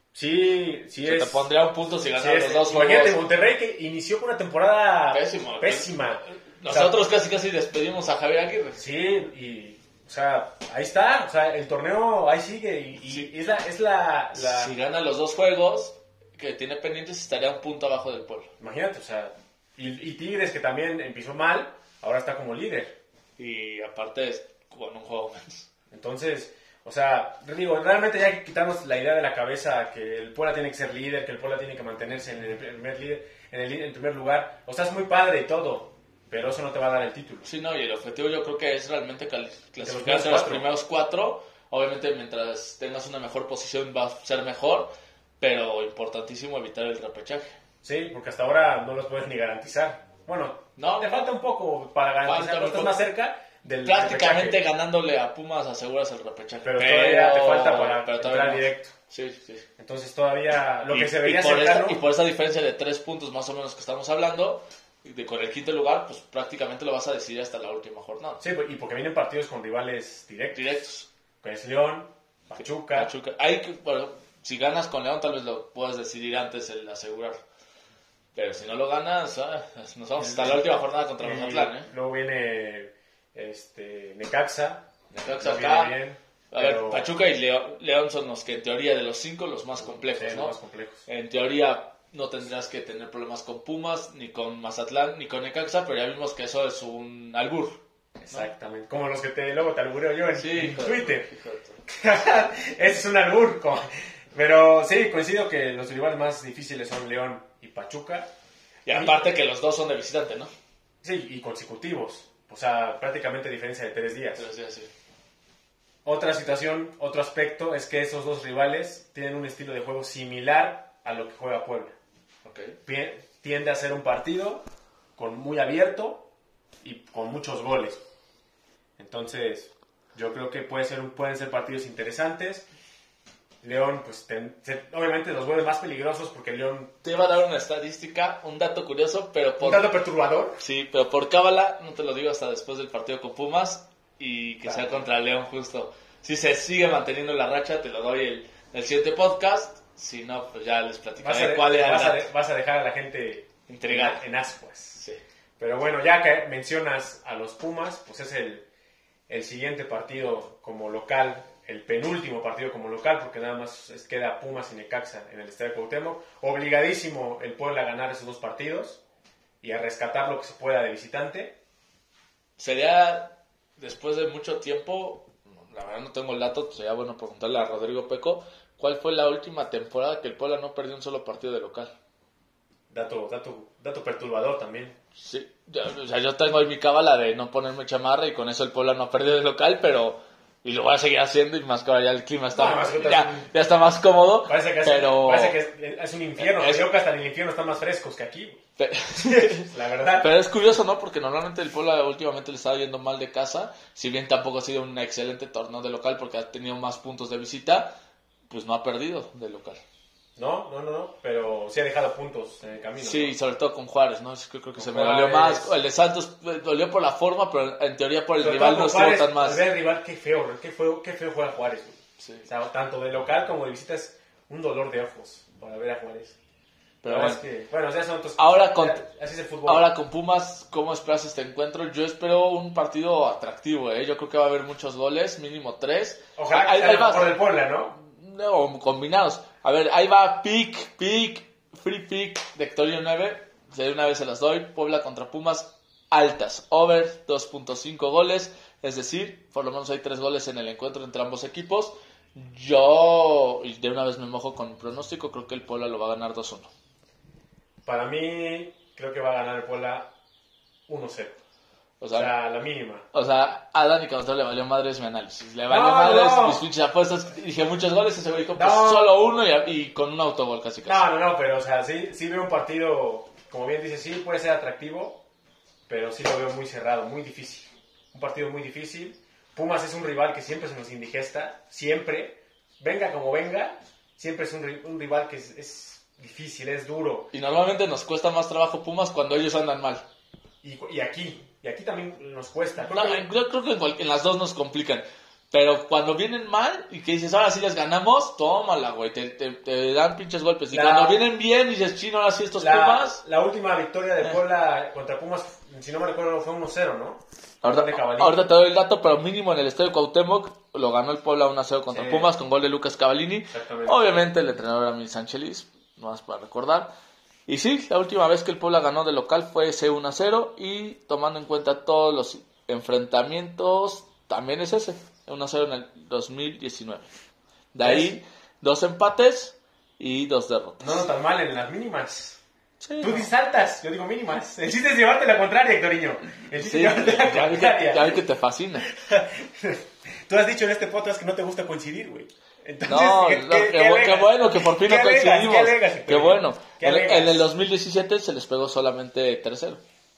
sí, sí se es. te pondría un punto si sí ganaran es- los dos Imagínate, juegos. Monterrey que inició con una temporada Pésimo. pésima. Nosotros casi casi despedimos a Javier Aguirre. Sí, y, o sea, ahí está. O sea, el torneo ahí sigue. Y, y Sí. es la. Es la, la- Si gana los dos juegos que tiene pendientes, estaría un punto abajo del Puebla. Imagínate, o sea. Y, y Tigres, que también empezó mal, ahora está como líder. Y aparte es con un juego menos. Entonces, o sea, digo, realmente ya hay que quitarnos la idea de la cabeza que el Puebla tiene que ser líder, que el Puebla tiene que mantenerse en el primer, líder, en el, en el primer lugar. O sea, es muy padre y todo, pero eso no te va a dar el título. Sí, no, y el objetivo yo creo que es realmente cali- primeros clasificar entre los cuatro. primeros cuatro. Obviamente mientras tengas una mejor posición va a ser mejor, pero importantísimo evitar el repechaje. Sí, porque hasta ahora no los puedes ni garantizar. Bueno, No. te falta un poco para Falta garantizar, un pero estás poco. más cerca del Prácticamente repechaje. ganándole a Pumas aseguras el repechaje. Pero todavía te falta para pero entrar todavía no. directo. Sí, sí. Entonces todavía lo y, que se veía y por cercano... esta, y por esa diferencia de tres puntos más o menos que estamos hablando, de, con el quinto lugar, pues prácticamente lo vas a decidir hasta la última jornada. Sí, y porque vienen partidos con rivales directos. Directos. Que es León, Pachuca. Pachuca. Hay que, bueno, si ganas con León, tal vez lo puedas decidir antes el asegurar. Pero si no lo ganas, ah, nos vamos hasta la última jornada contra Y Mazatlán, ¿eh? Luego viene este, Necaxa. Necaxa No viene acá. bien, A ver, pero- Pachuca y León, León son los que en teoría de los cinco los más complejos, Sí, ¿no? los más complejos. En teoría no tendrás que tener problemas con Pumas, ni con Mazatlán, ni con Necaxa, pero ya vimos que eso es un albur. Exactamente. Como los que te, luego te albureo yo en, Sí, en hijo de- Twitter. hijo de tu- Ese es un albur. como- Pero sí, coincido que los rivales más difíciles son León y Pachuca. Y aparte que los dos son de visitante, ¿no? Sí, y consecutivos. O sea, prácticamente diferencia de tres días. Pero sí, sí. Otra situación, otro aspecto es que esos dos rivales tienen un estilo de juego similar a lo que juega Puebla. Ok. Pie- Tiende a ser un partido con muy abierto y con muchos goles. Entonces, yo creo que puede ser, un- pueden ser partidos interesantes. León, pues, ten- se- obviamente los vuelve más peligrosos porque León... Te iba a dar una estadística, un dato curioso, pero Un por... tanto perturbador. Sí, pero por cábala, no te lo digo hasta después del partido con Pumas y que Claro. sea contra León justo. Si se sigue manteniendo la racha, te lo doy el, el siguiente podcast. Si no, pues ya les Vas a, platicaré de- cuál era vas el a dato. de- vas a dejar a la gente Intrigada. en, en ascuas. Sí. Pero bueno, ya que mencionas a los Pumas, pues es el, el siguiente partido como local, el penúltimo partido como local, porque nada más es, queda Pumas y Necaxa en el Estadio Cuauhtémoc. Obligadísimo el Puebla a ganar esos dos partidos y a rescatar lo que se pueda de visitante. Sería, después de mucho tiempo, la verdad no tengo el dato, sería bueno preguntarle a Rodrigo Peco, ¿cuál fue la última temporada que el Puebla no perdió un solo partido de local? Dato, dato, dato perturbador también. Sí, yo, o sea, yo tengo ahí mi cábala de no ponerme chamarra y con eso el Puebla no ha perdido de local, pero... Y lo voy a seguir haciendo y más que ahora ya el clima está, no, ya, un... ya está más cómodo. Parece que, pero... es, parece que es, es un infierno. Es... Creo que hasta en el infierno están más frescos que aquí. Pero... la verdad. Pero es curioso, ¿no? Porque normalmente el Puebla últimamente le estaba yendo mal de casa. Si bien tampoco ha sido un excelente torneo de local porque ha tenido más puntos de visita, pues no ha perdido de local. No, no, no, no, pero sí ha dejado puntos en el camino. Sí, ¿no? sobre todo con Juárez, ¿no? Es que creo que con se Juárez. me dolió más. El de Santos dolió por la forma, pero en teoría por el sobre rival no estuvo Juárez, tan más. El rival, qué feo, qué feo, qué feo juega Juárez. Sí. O sea, tanto de local como de visita es un dolor de ojos para ver a Juárez. Pero bueno, bueno, es que, bueno, o sea, son otros, ahora con, así es el fútbol. Ahora con Pumas, ¿cómo esperas este encuentro? Yo espero un partido atractivo, ¿eh? Yo creo que va a haber muchos goles, mínimo tres. Ojalá ahí, que ahí sea va, por el Puebla, ¿no? No, combinados. A ver, ahí va pick, pick, free pick de Hectorio nueve. De una vez se las doy. Puebla contra Pumas, altas. Over dos punto cinco goles. Es decir, por lo menos hay tres goles en el encuentro entre ambos equipos. Yo, y de una vez me mojo con mi pronóstico, creo que el Puebla lo va a ganar dos uno. Para mí, creo que va a ganar el Puebla uno cero. O sea, o sea, la mínima. O sea, a Dani Cantón le valió madres mi análisis. Le valió no, madres no. mis pinches apuestas. Dije muchos goles, ese güey dijo pues no. solo uno y, y con un autogol casi casi. No, no, no, pero o sea, sí, sí veo un partido, como bien dice, sí puede ser atractivo, pero sí lo veo muy cerrado, muy difícil. Un partido muy difícil. Pumas es un rival que siempre se nos indigesta, siempre. Venga como venga, siempre es un, un rival que es, es difícil, es duro. Y normalmente nos cuesta más trabajo Pumas cuando ellos andan mal. Y, y aquí, y aquí también nos cuesta. No, que... Yo creo que en, cual, en las dos nos complican. Pero cuando vienen mal y que dices, ahora sí les ganamos, tómala, güey. Te, te, te dan pinches golpes. Y la, cuando vienen bien y dices, chino, ahora sí estos la, Pumas. La última victoria de Puebla eh. contra Pumas, si no me recuerdo, fue uno cero, ¿no? Ahorita, ahorita te doy el dato, pero mínimo en el Estadio Cuauhtémoc lo ganó el Puebla uno a cero contra sí. Pumas con gol de Lucas Cavallini. Obviamente el entrenador era Mil Sanchelis, no más para recordar. Y sí, la última vez que el Puebla ganó de local fue ese uno a cero y tomando en cuenta todos los enfrentamientos, también es ese, uno a cero en el dos mil diecinueve. De ahí, dos empates y dos derrotas. No, no tan mal en las mínimas. Sí, Tú no. dices altas, yo digo mínimas. El chiste es llevarte la contraria, Hectoriño. El chiste Sí, es llevarte la ya, contraria. ya, ya que te fascina. Tú has dicho en este podcast que no te gusta coincidir, güey. Entonces, no, ¿qué, no qué, qué, qué, qué bueno que por fin no coincidimos. ¿Qué alegas? Qué bueno. ¿Qué en, alegas? en el dos mil diecisiete se les pegó solamente tercero.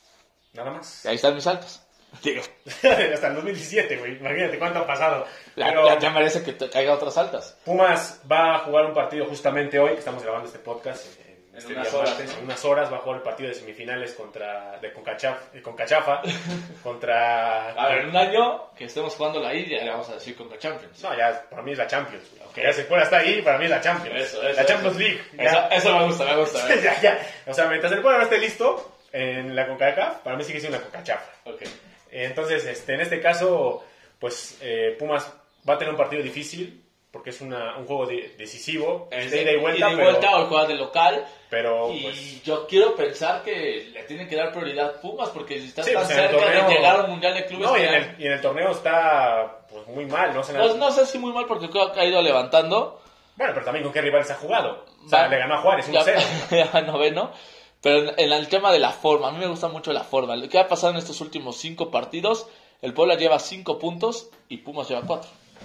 Nada más. Y ahí están mis altas. Digo. Hasta el dos mil diecisiete, güey. Imagínate cuánto ha pasado. Pero ya, ya merece que te caiga otras altas. Pumas va a jugar un partido justamente hoy, que estamos grabando este podcast. En, este unas día horas, martes, ¿no? En unas horas va a jugar el partido de semifinales contra de Concachaf, de Concachafa contra... A ver, en un año que estemos jugando la I, ya le vamos a decir Conca Champions. No, ya para mí es la Champions. Okay. Ya se puede estar ahí, para mí es la Champions. Eso, eso, la Champions eso. League. Eso, eso me gusta, me gusta. Me gusta. ya, ya. O sea, mientras el pueblo no esté listo en la CONCACAF, para mí sigue siendo una Concachafa. Okay. Entonces, este, en este caso, pues eh, Pumas va a tener un partido difícil porque es una, un juego de, decisivo, es de ida y vuelta, ida y vuelta pero, o juega de local. Pero, y pues, yo quiero pensar que le tienen que dar prioridad Pumas porque si estás sí, tan pues cerca torneo, de llegar a un mundial de clubes. No, y en, el, y en el torneo está pues muy mal, ¿no? Se pues no sé si muy mal porque creo que ha ido levantando. Bueno, pero también con qué rivales ha jugado. O sea, va, le ganó a Juárez uno cero. Ya noveno. Pero en, en el tema de la forma, a mí me gusta mucho la forma. ¿Qué ha pasado en estos últimos cinco partidos? El Puebla lleva cinco puntos y Pumas lleva cuatro.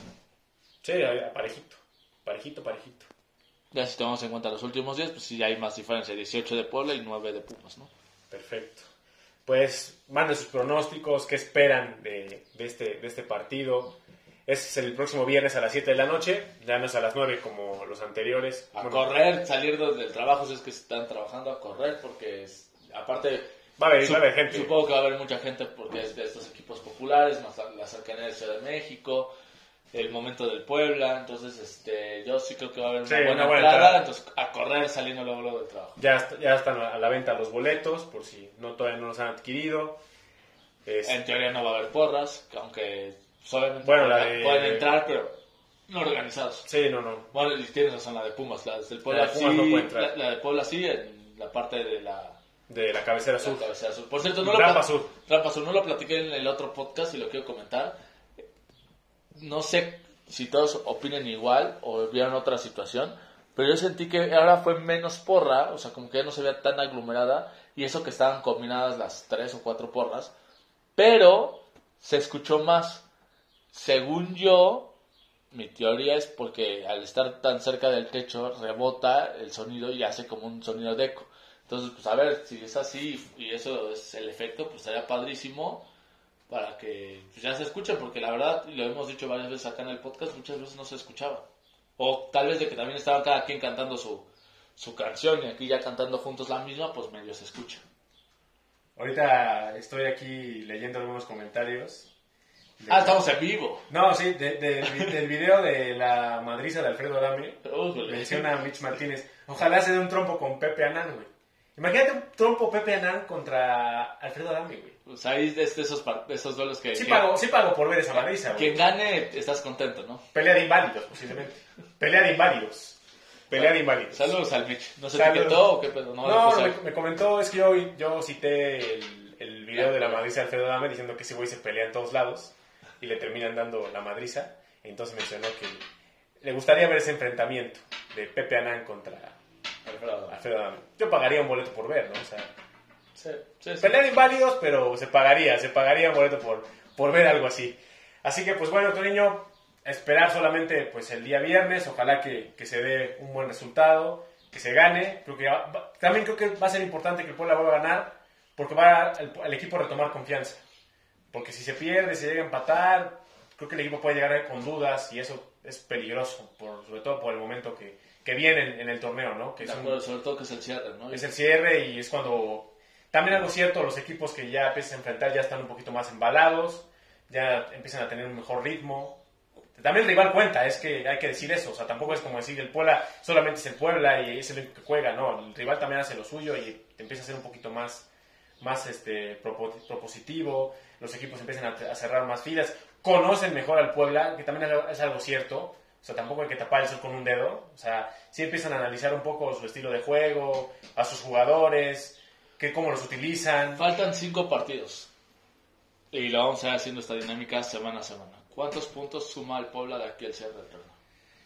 Sí, parejito. Parejito, parejito. Ya si tomamos en cuenta los últimos diez, pues sí hay más diferencia. dieciocho de Puebla y nueve de Pumas, ¿no? Perfecto. Pues manden sus pronósticos, qué esperan de, de, este, de este partido. Es el próximo viernes a las siete de la noche, ya no es a las nueve como los anteriores. A bueno, correr, salir del trabajo si es que están trabajando, a correr, porque es, aparte... Va a haber, sup- va a haber gente. Supongo que va a haber mucha gente porque es de estos equipos populares, más la, la cercanía de Ciudad de México. el momento del Puebla, entonces este yo sí creo que va a haber una Sí, buena, una buena entrada, entrada. entonces a correr saliendo luego, luego del trabajo. Ya, est- ya están a la venta los boletos, por si no todavía no los han adquirido. Es- En teoría no va a haber porras, que aunque solamente Bueno, la pueden, de- pueden entrar, pero no organizados. sí, no, no. Bueno, y tienes razón, la de Pumas, la del Puebla La de Pumas sí, no puede entrar. la, la de Puebla sí, en la parte de la, De la cabecera la sur. cabecera sur. Por cierto, no lo, Rampa pla- sur. Rampa sur, no lo platiqué en el otro podcast y lo quiero comentar. No sé si todos opinen igual o vieron otra situación, pero yo sentí que ahora fue menos porra, o sea, como que ya no se veía tan aglomerada, y eso que estaban combinadas las tres o cuatro porras, pero se escuchó más. Según yo, mi teoría es porque al estar tan cerca del techo rebota el sonido y hace como un sonido de eco. Entonces, pues a ver, si es así y eso es el efecto, pues estaría padrísimo para que pues, ya se escuchen, porque la verdad, y lo hemos dicho varias veces acá en el podcast, muchas veces no se escuchaba. O tal vez de que también estaban cada quien cantando su, su canción y aquí ya cantando juntos la misma, pues medio se escucha. Ahorita estoy aquí leyendo algunos comentarios. De- Ah, estamos en vivo. No, sí, de- de- del video de la madriza de Alfredo Adame. Újule. Menciona a Mitch Martínez. Ojalá se dé un trompo con Pepe Anán, güey. Imagínate un trompo Pepe Anán contra Alfredo Adame, güey. Pues ahí de de esos, par- de esos duelos que... Sí que- pago, sí pago por ver esa madriza, güey. Quien gane, estás contento, ¿no? Pelea de inválidos, posiblemente. Pelea de inválidos. Pelea de inválidos. Saludos al Mitch. ¿No se Saludos. etiquetó o qué pedo? No, No, pues, me, ahí. me comentó, es que yo, yo cité el, el video de la madriza de Alfredo Adame diciendo que ese güey se pelea en todos lados y le terminan dando la madriza. Entonces mencionó que le gustaría ver ese enfrentamiento de Pepe Anán contra Alfredo. Alfredo Adame. Yo pagaría un boleto por ver, ¿no? O sea, Sí, sí, sí. pelea de inválidos, pero se pagaría, se pagaría un boleto por, por ver algo así. Así que, pues bueno, Toño, esperar solamente pues el día viernes, ojalá que, que se dé un buen resultado, que se gane. Creo que va- va- también creo que va a ser importante que el Puebla vuelva a ganar, porque va al, al equipo a retomar confianza. Porque si se pierde, se llega a empatar, creo que el equipo puede llegar con dudas y eso es peligroso, por, sobre todo por el momento que, que viene en, en el torneo, ¿no? Que De es un- acuerdo, sobre todo que es el cierre, ¿no? es el cierre y es cuando... También algo cierto, los equipos que ya empiezan a enfrentar ya están un poquito más embalados, ya empiezan a tener un mejor ritmo. También el rival cuenta, es que hay que decir eso, o sea, tampoco es como decir el Puebla solamente es el Puebla y es el único que juega, no, el rival también hace lo suyo y empieza a ser un poquito más, más este, propo- propositivo, los equipos empiezan a, a cerrar más filas, conocen mejor al Puebla, que también es algo- es algo cierto, o sea, tampoco hay que tapar el sol con un dedo, o sea, sí empiezan a analizar un poco su estilo de juego, a sus jugadores, que cómo los utilizan. Faltan cinco partidos. Y lo vamos a ir haciendo esta dinámica semana a semana. ¿Cuántos puntos suma el Puebla de aquí al cierre del torneo?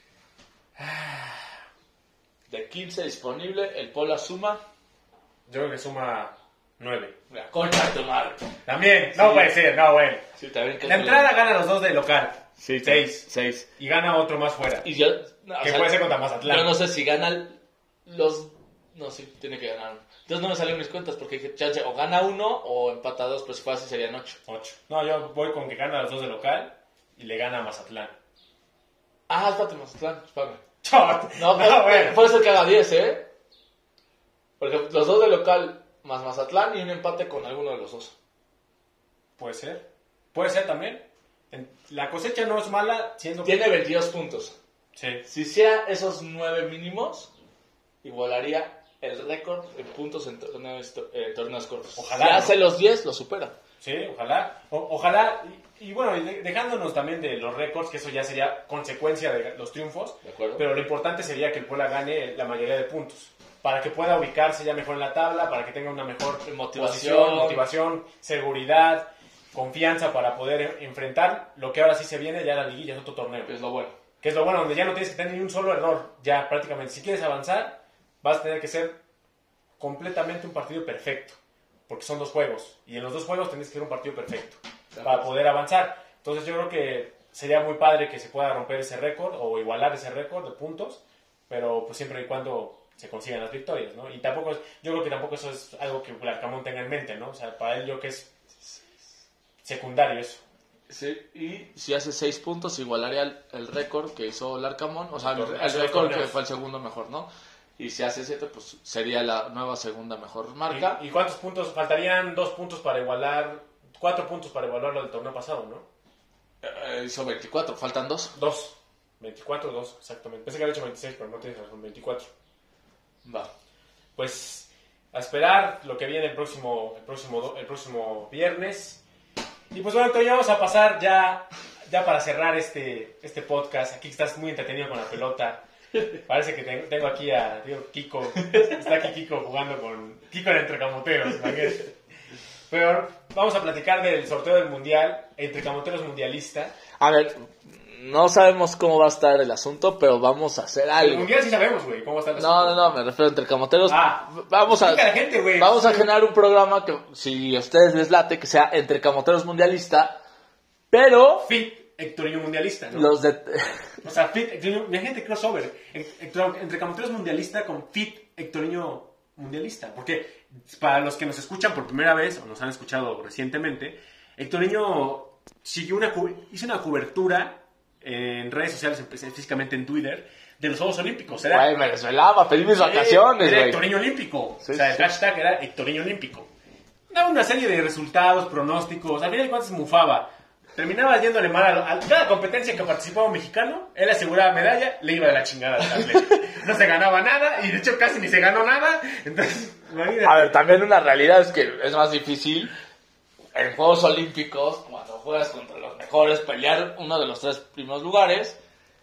De quince disponible, el Puebla suma... Yo creo que suma nueve. Mira, concha de tu madre. También, no Sí. puede ser, no, bueno. Sí, también que La entrada gana los dos de local. Sí, seis. seis. Y gana otro más fuera. Y yo... no, o Que sea, puede ser contra Mazatlán. Yo no sé si ganan los... No, sí, tiene que ganar uno. Entonces no me salieron mis cuentas porque dije, chance, o gana uno o empata dos, pues si fue así serían ocho. Ocho. No, yo voy con que gana los dos de local y le gana a Mazatlán. Ah, espérate, Mazatlán, espérame. Chot. No, No, puede, bueno. puede ser que haga diez, ¿eh? Porque los dos de local más Mazatlán y un empate con alguno de los dos. Puede ser. Puede ser también. En- La cosecha no es mala siendo... Tiene veintidós puntos. Sí. Si hiciera esos nueve mínimos, igualaría el récord en puntos en torneos, eh, torneos cortos. Ojalá, Si ¿no? hace los diez, lo supera. Sí, ojalá. O- ojalá. Y, y bueno, y de- dejándonos también de los récords, que eso ya sería consecuencia de los triunfos. ¿De acuerdo? Pero lo importante sería que el Puebla gane la mayoría de puntos. Para que pueda ubicarse ya mejor en la tabla, para que tenga una mejor Motivación. posición, motivación, seguridad, confianza para poder enfrentar lo que ahora sí se viene ya la liguilla, es otro torneo. Es lo bueno. Que es lo bueno, donde ya no tienes que tener ni un solo error, ya prácticamente. Si quieres avanzar, vas a tener que ser completamente un partido perfecto, porque son dos juegos, y en los dos juegos tienes que ser un partido perfecto para poder avanzar. Entonces yo creo que sería muy padre que se pueda romper ese récord o igualar ese récord de puntos, pero pues siempre y cuando se consigan las victorias, ¿no? Y tampoco, es- yo creo que tampoco eso es algo que Larcamón tenga en mente, ¿no? O sea, para él yo que es secundario eso. Sí, y si hace seis puntos, igualaría el, el récord que hizo Larcamón, o sea, el, Torneo- el hace dos récord que torneos. fue el segundo mejor, ¿no? Y si hace siete, pues sería la nueva segunda mejor marca. ¿Y, y cuántos puntos? Faltarían dos puntos para igualar, cuatro puntos para igualar lo del torneo pasado, ¿no? Eh, hizo veinticuatro, faltan dos. Dos. veinticuatro, dos, exactamente. Pensé que había hecho veintiséis, pero no tienes razón, veinticuatro. Va. Pues a esperar lo que viene el próximo, el próximo, el próximo viernes. Y pues bueno, Toño, vamos a pasar ya, ya para cerrar este, este podcast. Aquí estás muy entretenido con la pelota. Parece que tengo, tengo aquí a digo, Kiko. Está aquí Kiko jugando con Kiko en Entrecamoteros. imagínate. Pero vamos a platicar del sorteo del Mundial, Entrecamoteros Mundialista. A ver, no sabemos cómo va a estar el asunto, pero vamos a hacer algo. El Mundial sí sabemos, güey, cómo está el No, asunto. no, no, me refiero a entre camoteros. Ah, vamos a, explica a la gente, güey. vamos a generar un programa que, si a ustedes les late, que sea entre camoteros mundialista, pero Fit Hectorinho Mundialista, ¿no? los de... O sea, Fit Hectorinho, imagínate crossover. Entrecamoteros Mundialista con Fit Hectorinho Mundialista. Porque para los que nos escuchan por primera vez, o nos han escuchado recientemente, Hectorinho siguió una, hizo una cobertura en redes sociales, específicamente en Twitter, de los Juegos Olímpicos. Era, Güey, me desvelaba, pedí mis vacaciones, era güey. Hectorinho Olímpico. Sí, o sea, el sí. hashtag era Hectorinho Olímpico. Daba una serie de resultados, pronósticos. Al final de cuentas mufaba. Terminaba yéndole mal a, a cada competencia que participaba un mexicano. Él aseguraba medalla, le iba de la chingada al atleta. No se ganaba nada y de hecho casi ni se ganó nada. Entonces, imagínate. A ver, también una realidad es que es más difícil en Juegos Olímpicos, cuando juegas contra los mejores, pelear uno de los tres primeros lugares.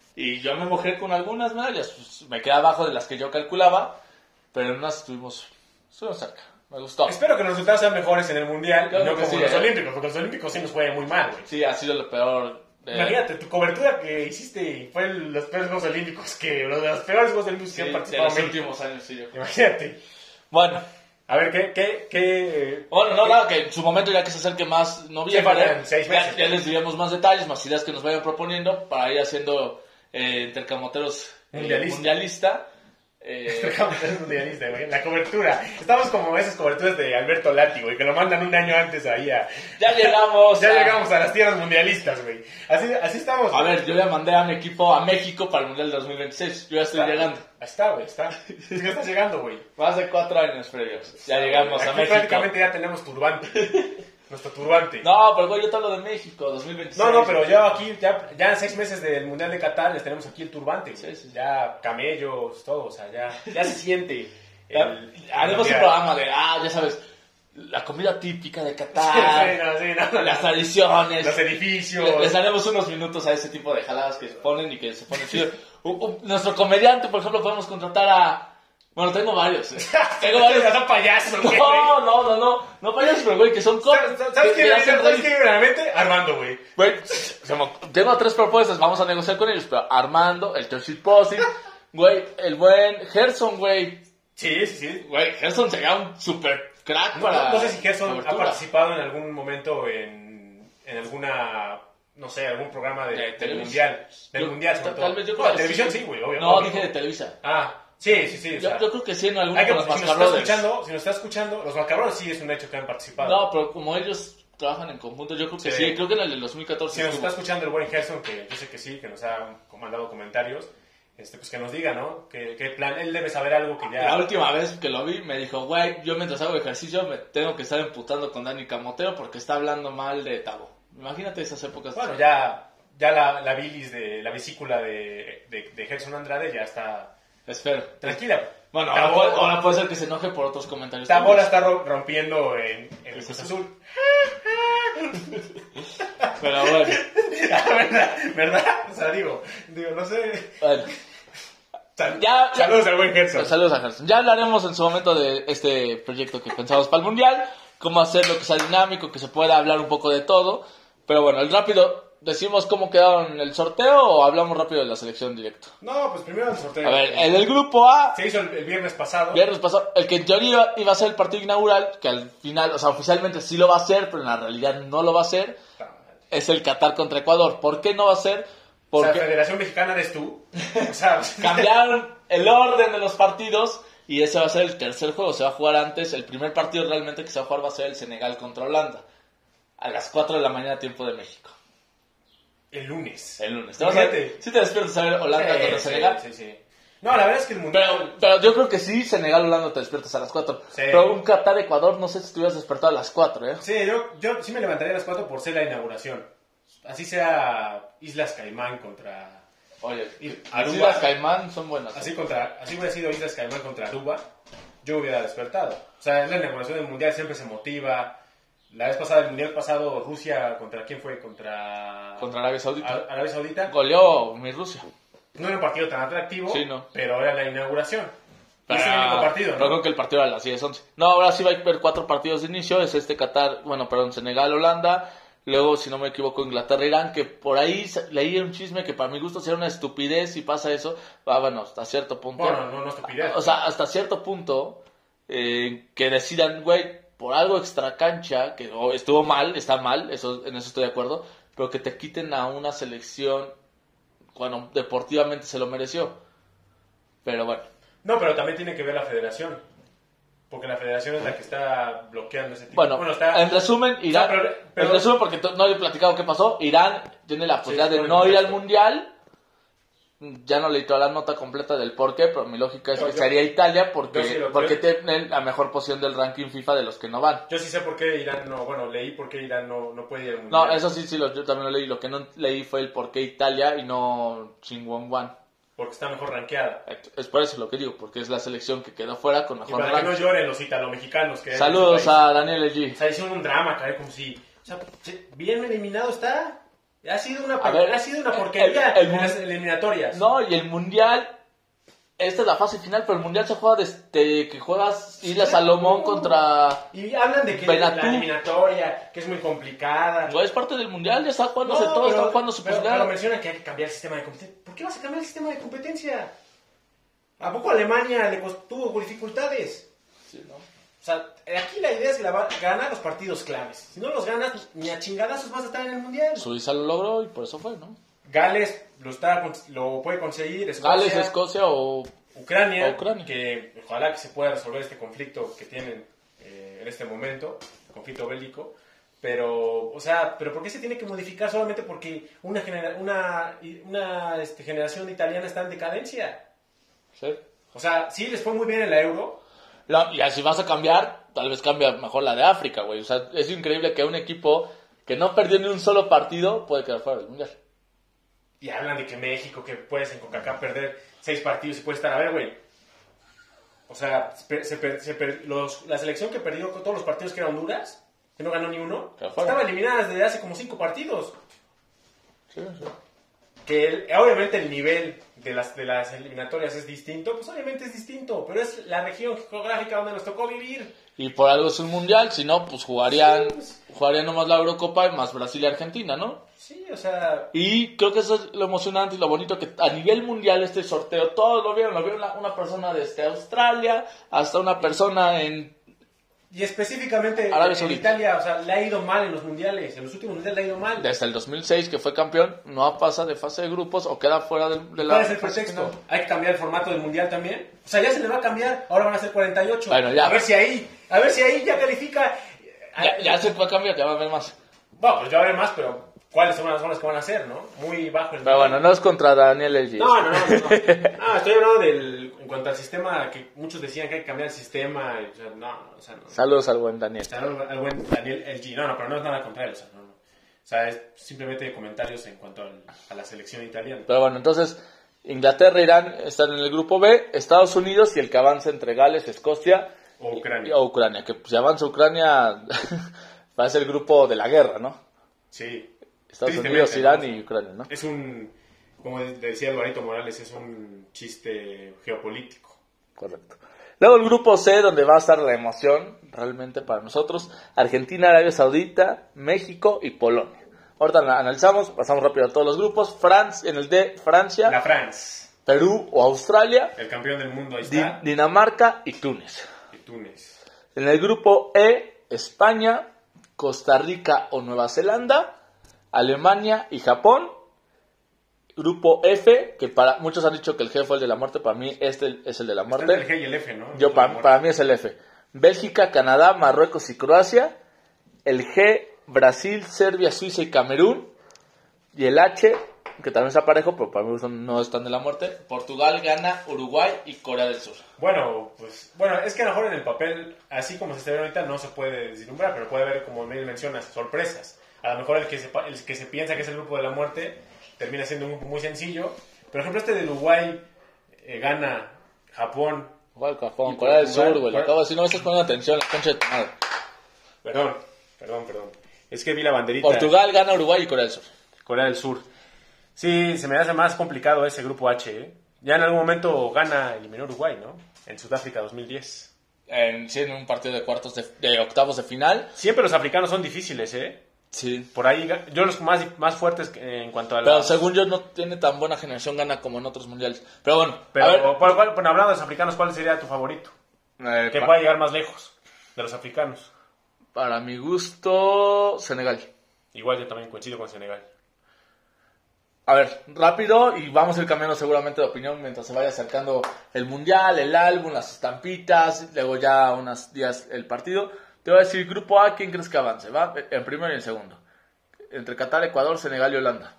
Y yo me mojé con algunas medallas, pues, me quedé abajo de las que yo calculaba, pero en unas estuvimos, estuvimos cerca. Me gustó. Espero que los resultados sean mejores en el Mundial, Yo no creo que como sí, los ¿eh? Olímpicos, porque los Olímpicos sí nos fue muy mal, güey. Sí, ha sido lo peor. De... Imagínate, tu cobertura que hiciste fue en los peores Juegos Olímpicos, que los de los peores Juegos Olímpicos Sí, que han de participado los México. últimos años, sí, yo creo. Imagínate. Bueno, A ver, ¿qué, qué, qué, eh, bueno, no, qué- nada, que en su momento ya que se acerque más noviembre, Sí, faltan seis ya, meses. ya les diríamos más detalles, más ideas que nos vayan proponiendo para ir haciendo eh, intercamoteros eh, Mundialista. mundialista. Eh, Entrecamoteros Mundialista, güey? La cobertura. Estamos como esas coberturas de Alberto Lati, güey, que lo mandan un año antes ahí a... ya llegamos. Ya a- llegamos a las tierras mundialistas, güey. Así, así estamos. A güey. ver, yo ya mandé a mi equipo a México para el Mundial de dos mil veintiséis. Yo ya estoy Está- llegando. Ahí está, güey, está. Sí, ya estás llegando, güey. Más de cuatro años previos. Ya llegamos Aquí a México. prácticamente ya tenemos turbante. Nuestro turbante. No, pero güey, yo te hablo de México, dos mil veintiséis. No, no, pero ya aquí, ya, ya en seis meses del Mundial de Qatar les tenemos aquí el turbante. Sí, sí, sí. Ya camellos, todo, o sea, ya, ya se siente. Ya, el- haremos un el- programa de, ah, ya sabes, la comida típica de Sí, Qatar, sí, no, sí, no. las tradiciones. Los edificios. Le- Les daremos unos minutos a ese tipo de jaladas que se ponen y que se ponen chido. Un- un- nuestro comediante, por ejemplo, podemos contratar a... Bueno, tengo varios. eh. Tengo varios. Son payasos, güey. No, no, no, no. No payasos, pero güey, que son cosas. ¿Sabes sabes qué me hacen viene- ¿sabes reír. qué me viene a la mente? Armando, güey. Güey, se me- tengo tres propuestas, vamos a negociar con ellos, pero Armando, el Toshitposi, güey, el buen Gerson, güey. Sí, sí, sí. Güey, Gerson sería un super crack No, para... no- no sé si Gerson ha cobertura. participado en algún momento en, en alguna, no sé, algún programa de, De del Televisa. Mundial. Del Yo- Mundial, sobre tal- todo. tal vez yo No, creo de que televisión sí. sí, güey, obvio. No, obvio. dije de Televisa. Ah, sí, sí, sí. o Yo, sea, yo creo que sí, en alguno hay que, con los si nos está Mascarrones. escuchando, si nos está escuchando, los Macabrones sí es un hecho que han participado. No, pero como ellos trabajan en conjunto, yo creo que sí. Sí. Creo que en el del dos mil catorce Si nos estuvo. está escuchando el buen Gerson, que yo sé que sí, que nos ha mandado comentarios, este, pues que nos diga, ¿no? Que, que plan, él debe saber algo que ya... La última vez que lo vi me dijo, güey, yo mientras hago ejercicio me tengo que estar emputando con Dani Camotero porque está hablando mal de Tabo. Imagínate esas épocas. Bueno, ya, ya la, la bilis de la vesícula de, de, de Gerson Andrade ya está Espero. tranquila. Bueno, ahora Tabo, puede, ahora puede ser que se enoje por otros comentarios. Tabo la tuyos. está ro- rompiendo en, en el Cruz Azul. Pero bueno, ¿Verdad? ¿Verdad? O sea, digo, digo, no sé. bueno. Sal- Ya- ya- saludos al buen Gerson. Saludos a Gerson. Ya hablaremos en su momento de este proyecto que pensamos para el Mundial, cómo hacerlo que sea dinámico, que se pueda hablar un poco de todo. Pero bueno, el rápido, ¿decimos cómo quedaron en el sorteo o hablamos rápido de la selección directo? No, pues primero el sorteo. A ver, en el grupo A, Se hizo el, el viernes pasado. viernes pasado, el que en teoría iba a ser el partido inaugural, que al final, o sea, oficialmente sí lo va a ser, pero en la realidad no lo va a ser, es el Qatar contra Ecuador. ¿Por qué no va a ser? O sea, Porque Federación Mexicana eres tú. O sea, cambiaron el orden de los partidos y ese va a ser el tercer juego. Se va a jugar antes. El primer partido realmente que se va a jugar va a ser el Senegal contra Holanda. A las cuatro de la mañana, tiempo de México. el lunes. El lunes. ¿Te vas a ver? Fíjate. ¿Sí te despiertas a ver Holanda Sí, contra sí, Senegal? Sí, sí. No, la verdad es que el mundial. Pero, pero yo creo que sí, Senegal-Holanda te despiertas a las cuatro. Sí. Pero un Qatar-Ecuador, no sé si te hubieras despertado a las cuatro, ¿eh? Sí, yo, yo sí me levantaría a las cuatro por ser la inauguración. así sea Islas Caimán contra... Oye, Aruba, Islas Caimán son buenas. Así, contra, así hubiera sido Islas Caimán contra Aruba, yo hubiera despertado. O sea, en la inauguración del Mundial siempre se motiva. La vez pasada, el Mundial pasado, Rusia, ¿contra quién fue? Contra... Contra Arabia Saudita. A- Arabia Saudita. Goleó mi Rusia. No era un partido tan atractivo, Sí, no. pero era la inauguración. Y es el Pero- único partido, pero ¿no? creo que el partido era a las diez once. No, ahora sí va a haber cuatro partidos de inicio. Es este Qatar, bueno, perdón, Senegal, Holanda. Luego, si no me equivoco, Inglaterra, Irán. Que por ahí sa- leí un chisme que para mi gusto sería una estupidez si pasa eso. Ah, bueno, hasta cierto punto. Bueno, no, no estupidez. O sea, hasta cierto punto eh, que decidan, güey, por algo extra cancha, que oh, estuvo mal, está mal, eso, en eso estoy de acuerdo, pero que te quiten a una selección cuando deportivamente se lo mereció. Pero bueno. No, pero también tiene que ver la federación. Porque la federación es la que está bloqueando ese tipo. Bueno, está... en resumen, Irán, O sea, pero- pero- en resumen, porque to- no he platicado qué pasó, Irán tiene la posibilidad Sí, de por no ir al supuesto. mundial. Ya no leí toda la nota completa del por qué, pero mi lógica es No, que yo- sería Italia yo porque, sí lo porque creo. tienen la mejor posición del ranking FIFA de los que no van. Yo sí sé por qué Irán no... Bueno, leí por qué Irán no, no puede ir al Mundial. No, eso sí, sí, lo- yo también lo leí. Lo que no leí fue el por qué Italia y no Chingwon-Wan. Porque está mejor rankeada. Es por eso lo que digo, porque es la selección que quedó fuera con Y mejor para que no ranking. lloren los italo-mexicanos. Que hay en Saludos este país. a Daniel O G. sea, hicieron un drama, caray, como si... O sea, se- bien eliminado está. Ha sido una, A ver, ha sido una porquería el- el- en las eliminatorias. No, y el mundial. Esta es la fase final, pero el mundial se juega desde que juegas Isla Sí, Salomón no. contra. Y hablan de que Benatú. la eliminatoria, que es muy complicada. No es parte del mundial, ya está jugándose No, todo, pero- están jugando su pero, posibilidad. pero mencionan que hay que cambiar el sistema de competencia. ¿Por qué vas a cambiar el sistema de competencia? ¿A poco a Alemania le costó, tuvo dificultades? Sí, ¿no? O sea, aquí la idea es la- ganar los partidos claves. Si no los ganas, ni a chingadazos vas a estar en el Mundial. Suiza lo logró y por eso fue, ¿no? Gales lo, está, lo puede conseguir. Escocia, Gales, Escocia o. Ucrania, o Ucrania. que ojalá que se pueda resolver este conflicto que tienen eh, en este momento, conflicto bélico. Pero, o sea, ¿pero por qué se tiene que modificar solamente porque una, genera- una, una este, generación italiana está en decadencia? Sí. O sea, sí les fue muy bien en la Euro. La- y si vas a cambiar, tal vez cambia mejor la de África, güey. O sea, es increíble que un equipo que no perdió ni un solo partido puede quedar fuera del mundial. Y hablan de que México, que puedes en CONCACAF perder seis partidos y puedes estar, a ver, güey. O sea, se per- se per- se per- los- la selección que perdió con todos los partidos que era Honduras, que no ganó ni uno, Quedó fuera. estaba eliminada desde hace como cinco partidos. Sí, sí. Que el- obviamente el nivel de las, de las eliminatorias es distinto, pues obviamente es distinto, pero es la región geográfica donde nos tocó vivir. Y por algo es un mundial, si no, pues jugarían, Sí, pues. jugarían nomás la Eurocopa más Brasil y Argentina, ¿no? Sí, o sea, Y creo que eso es lo emocionante y lo bonito, que a nivel mundial este sorteo, todos lo vieron, lo vio una, una persona desde Australia hasta una persona en... y específicamente Arabia en Saudita. Italia, o sea, le ha ido mal en los mundiales, en los últimos mundiales le ha ido mal. Desde el dos mil seis que fue campeón, no pasa de fase de grupos o queda fuera de, de la ¿Cuál es el fase pretexto? final. ¿Hay que cambiar el formato del mundial también? O sea, ya se le va a cambiar, ahora van a ser cuarenta y ocho. Bueno, ya. A ver si ahí, a ver si ahí ya califica. Ya, ya se puede cambiar, ya va a haber más. Bueno, pues ya va a haber más, pero ¿cuáles son las zonas que van a ser, no? Muy bajo el Pero bueno, no es contra Daniel L G. No, no, no, no. No, estoy hablando del, en cuanto al sistema, que muchos decían que hay que cambiar el sistema. Y, o sea, no, no, o sea, no. Saludos al buen Daniel. Saludos al buen Daniel L G. No, no, pero no es nada contrario, o sea, no, no. O sea, es simplemente comentarios en cuanto al- a la selección italiana. Pero bueno, entonces Inglaterra e Irán están en el grupo B, Estados Unidos y el que avanza entre Gales, Escocia O y- Ucrania. y- o Ucrania. Que pues, si avanza Ucrania va a ser el grupo de la guerra, ¿no? Sí. Estados Tristemente, Unidos, Irán ¿no? y Ucrania, ¿no? Es un, como decía Alvarito Morales, es un chiste geopolítico. Correcto. Luego el grupo C, donde va a estar la emoción realmente para nosotros, Argentina, Arabia Saudita, México y Polonia. Ahorita la analizamos, pasamos rápido a todos los grupos. Francia, en el D, Francia, La France, Perú o Australia, el campeón del mundo, ahí Di- está. Dinamarca y Túnez. Y Túnez. En el grupo E, España, Costa Rica o Nueva Zelanda, Alemania y Japón. Grupo F, que para muchos han dicho que el G fue el de la muerte, para mí este es el de la Está muerte. entre el G y el F, ¿no? Yo para, para mí es el F. Bélgica, Canadá, Marruecos y Croacia. El G, Brasil, Serbia, Suiza y Camerún. Y el H, que también está parejo, pero para mí no están de la muerte. Portugal, Ghana, Uruguay y Corea del Sur. Bueno, pues, bueno, es que a lo mejor en el papel, así como se está viendo ahorita, no se puede deslumbrar, pero puede haber, como me mencionas, sorpresas. A lo mejor el que, se, el que se piensa que es el grupo de la muerte termina siendo un grupo muy sencillo. Por ejemplo, este de Uruguay, eh, gana Japón. Igual Japón, Corea del Sur, güey. Lo acabo de decir, no me estás poniendo atención, la concha de tu madre. Perdón, perdón, perdón. Es que vi la banderita. Portugal gana Uruguay y Corea del Sur. Corea del Sur. Sí, se me hace más complicado ese grupo H, ¿eh? Ya en algún momento gana, eliminó Uruguay, ¿no? En Sudáfrica dos mil diez. En, sí, en un partido de cuartos de, de octavos de final. Siempre los africanos son difíciles, ¿eh? Sí. Por ahí, yo los más, más fuertes en cuanto a la... Pero según yo no tiene tan buena generación gana como en otros mundiales. Pero bueno, Pero, a ver. ¿cuál, cuál, bueno, hablando de los africanos, ¿cuál sería tu favorito? Eh, Que pa- pueda llegar más lejos de los africanos. Para mi gusto, Senegal. Igual yo también coincido con Senegal. A ver, rápido y vamos a ir cambiando seguramente de opinión mientras se vaya acercando el mundial, el álbum, las estampitas, luego ya unos días el partido. Te voy a decir, grupo A, ¿quién crees que avance? ¿Va? En primero y en segundo. Entre Qatar, Ecuador, Senegal y Holanda.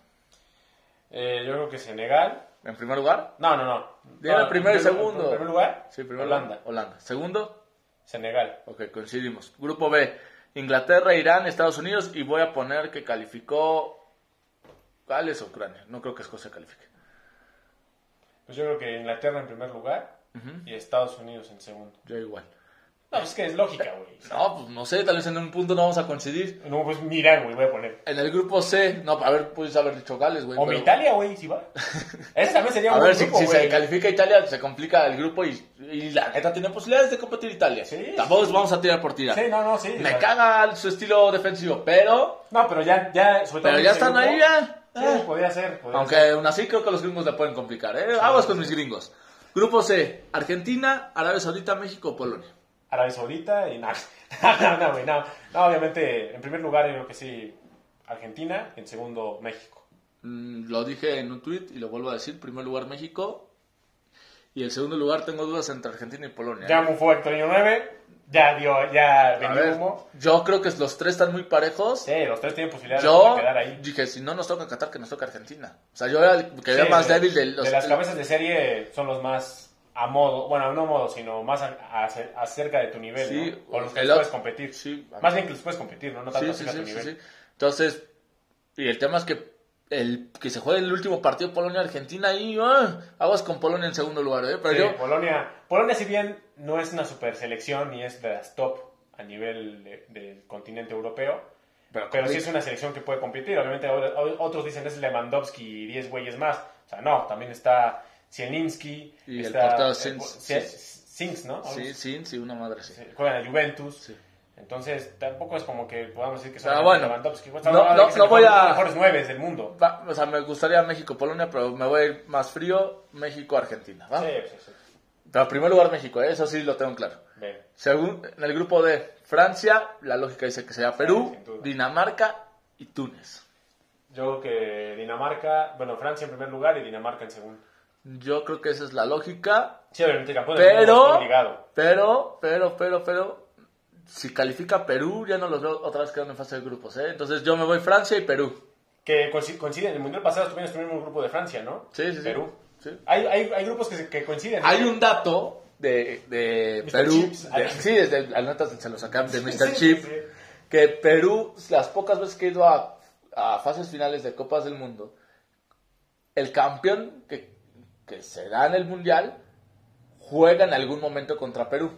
Eh, yo creo que Senegal... ¿En primer lugar? No, no, no. Dime No, el primero y en primer- segundo. ¿En primer lugar? Sí, primero Holanda. Holanda. Segundo, Senegal. ok, coincidimos. Grupo B, Inglaterra, Irán, Estados Unidos y voy a poner que calificó Gales o Ucrania. No creo que Escocia califique. Pues yo creo que Inglaterra en primer lugar y Estados Unidos en segundo. Yo igual. No, pues es que es lógica, güey. No, pues no sé, tal vez en un punto no vamos a coincidir. No, pues mira, güey, voy a poner. En el grupo C, no, a ver, puedes haber dicho Gales, güey. O pero- Italia, güey, si va. Ese también sería A un ver, buen si, grupo, si güey. se califica Italia, se complica el grupo y, y la neta tiene posibilidades de competir Italia. Sí, Tampoco sí. vamos a tirar por tirar. Sí, no, no, sí. Me o sea, caga su estilo defensivo, pero... No, pero ya, ya, sobre todo Pero en ya ese están grupo, ahí, ya. Sí, Ah. podría ser. Podría Aunque ser. aún así creo que los gringos le pueden complicar, ¿eh? Aguas con mis gringos. Grupo C, Argentina, Arabia Saudita, México, Polonia. Arabia Saudita y nada. no, no, güey, no. No, obviamente, en primer lugar, yo creo que sí, Argentina. Y en segundo, México. Mm, lo dije en un tweet y lo vuelvo a decir. Primer lugar, México. Y el segundo lugar tengo dudas entre Argentina y Polonia. Ya mufó Hectorinho nueve. Ya dio, ya A vendió ver, humo. yo creo que los tres están muy parejos. Sí, los tres tienen posibilidades Yo de quedar ahí. dije, si no nos toca Qatar, que nos toca Argentina. O sea, yo era el que era Sí, más de, débil de los... de las cabezas de serie son los más a modo, bueno, no a modo, sino más a- a- acerca de tu nivel, Sí, ¿no? O los que el los otro- puedes competir. sí. Más bien que los puedes competir, ¿no? No tanto Sí, sí, acerca sí, de tu sí, nivel. sí. Entonces, y el tema es que el que se juegue el último partido Polonia-Argentina y ah, aguas con Polonia en segundo lugar, ¿eh? Pero Sí, yo... Polonia, Polonia si bien no es una super selección ni es de las top a nivel de- del continente europeo, Pero, pero sí es una selección que puede competir. Obviamente o- o- otros dicen es Lewandowski y diez güeyes más. O sea, no, también está Zielinski. Y el está, portero eh, Sins, Sie- sí. Sins, ¿no? Sí, sí, sí, una madre, sí. Sí, juegan a Juventus. Sí. Entonces, tampoco es como que podamos decir que son Pero bueno, Lewandowski. Pues, no- hablando de no- que es el no voy mejor- a- los mejores nueve del mundo. Va, o sea, me gustaría México-Polonia, pero me voy a ir más frío, México-Argentina, ¿va? Sí, sí, sí. Pero en primer lugar México, ¿eh? Eso sí lo tengo claro. Bien. Según en el grupo de Francia, la lógica dice que sea Perú, sin duda. Dinamarca y Túnez. Yo creo que Dinamarca, bueno, Francia en primer lugar y Dinamarca en segundo. Yo creo que esa es la lógica, Sí, obviamente el campeón del mundo pero, está obligado. pero, pero, pero, pero, si califica Perú, ya no los veo otra vez quedando en fase de grupos, ¿eh? Entonces yo me voy Francia y Perú. Que coinci- coinciden, en el mundial pasado estuvimos en el mismo grupo de Francia, ¿no? Sí, sí, sí. Perú. Sí. Hay, hay, hay grupos que, se- que coinciden. ¿no? Hay un dato de, de mister Perú, Chips. de- sí, desde el, al neta se lo sacan de mister Sí, Chip, sí. que Perú, las pocas veces que ha ido a, a fases finales de Copas del Mundo, el campeón que, que se da en el Mundial juega en algún momento contra Perú.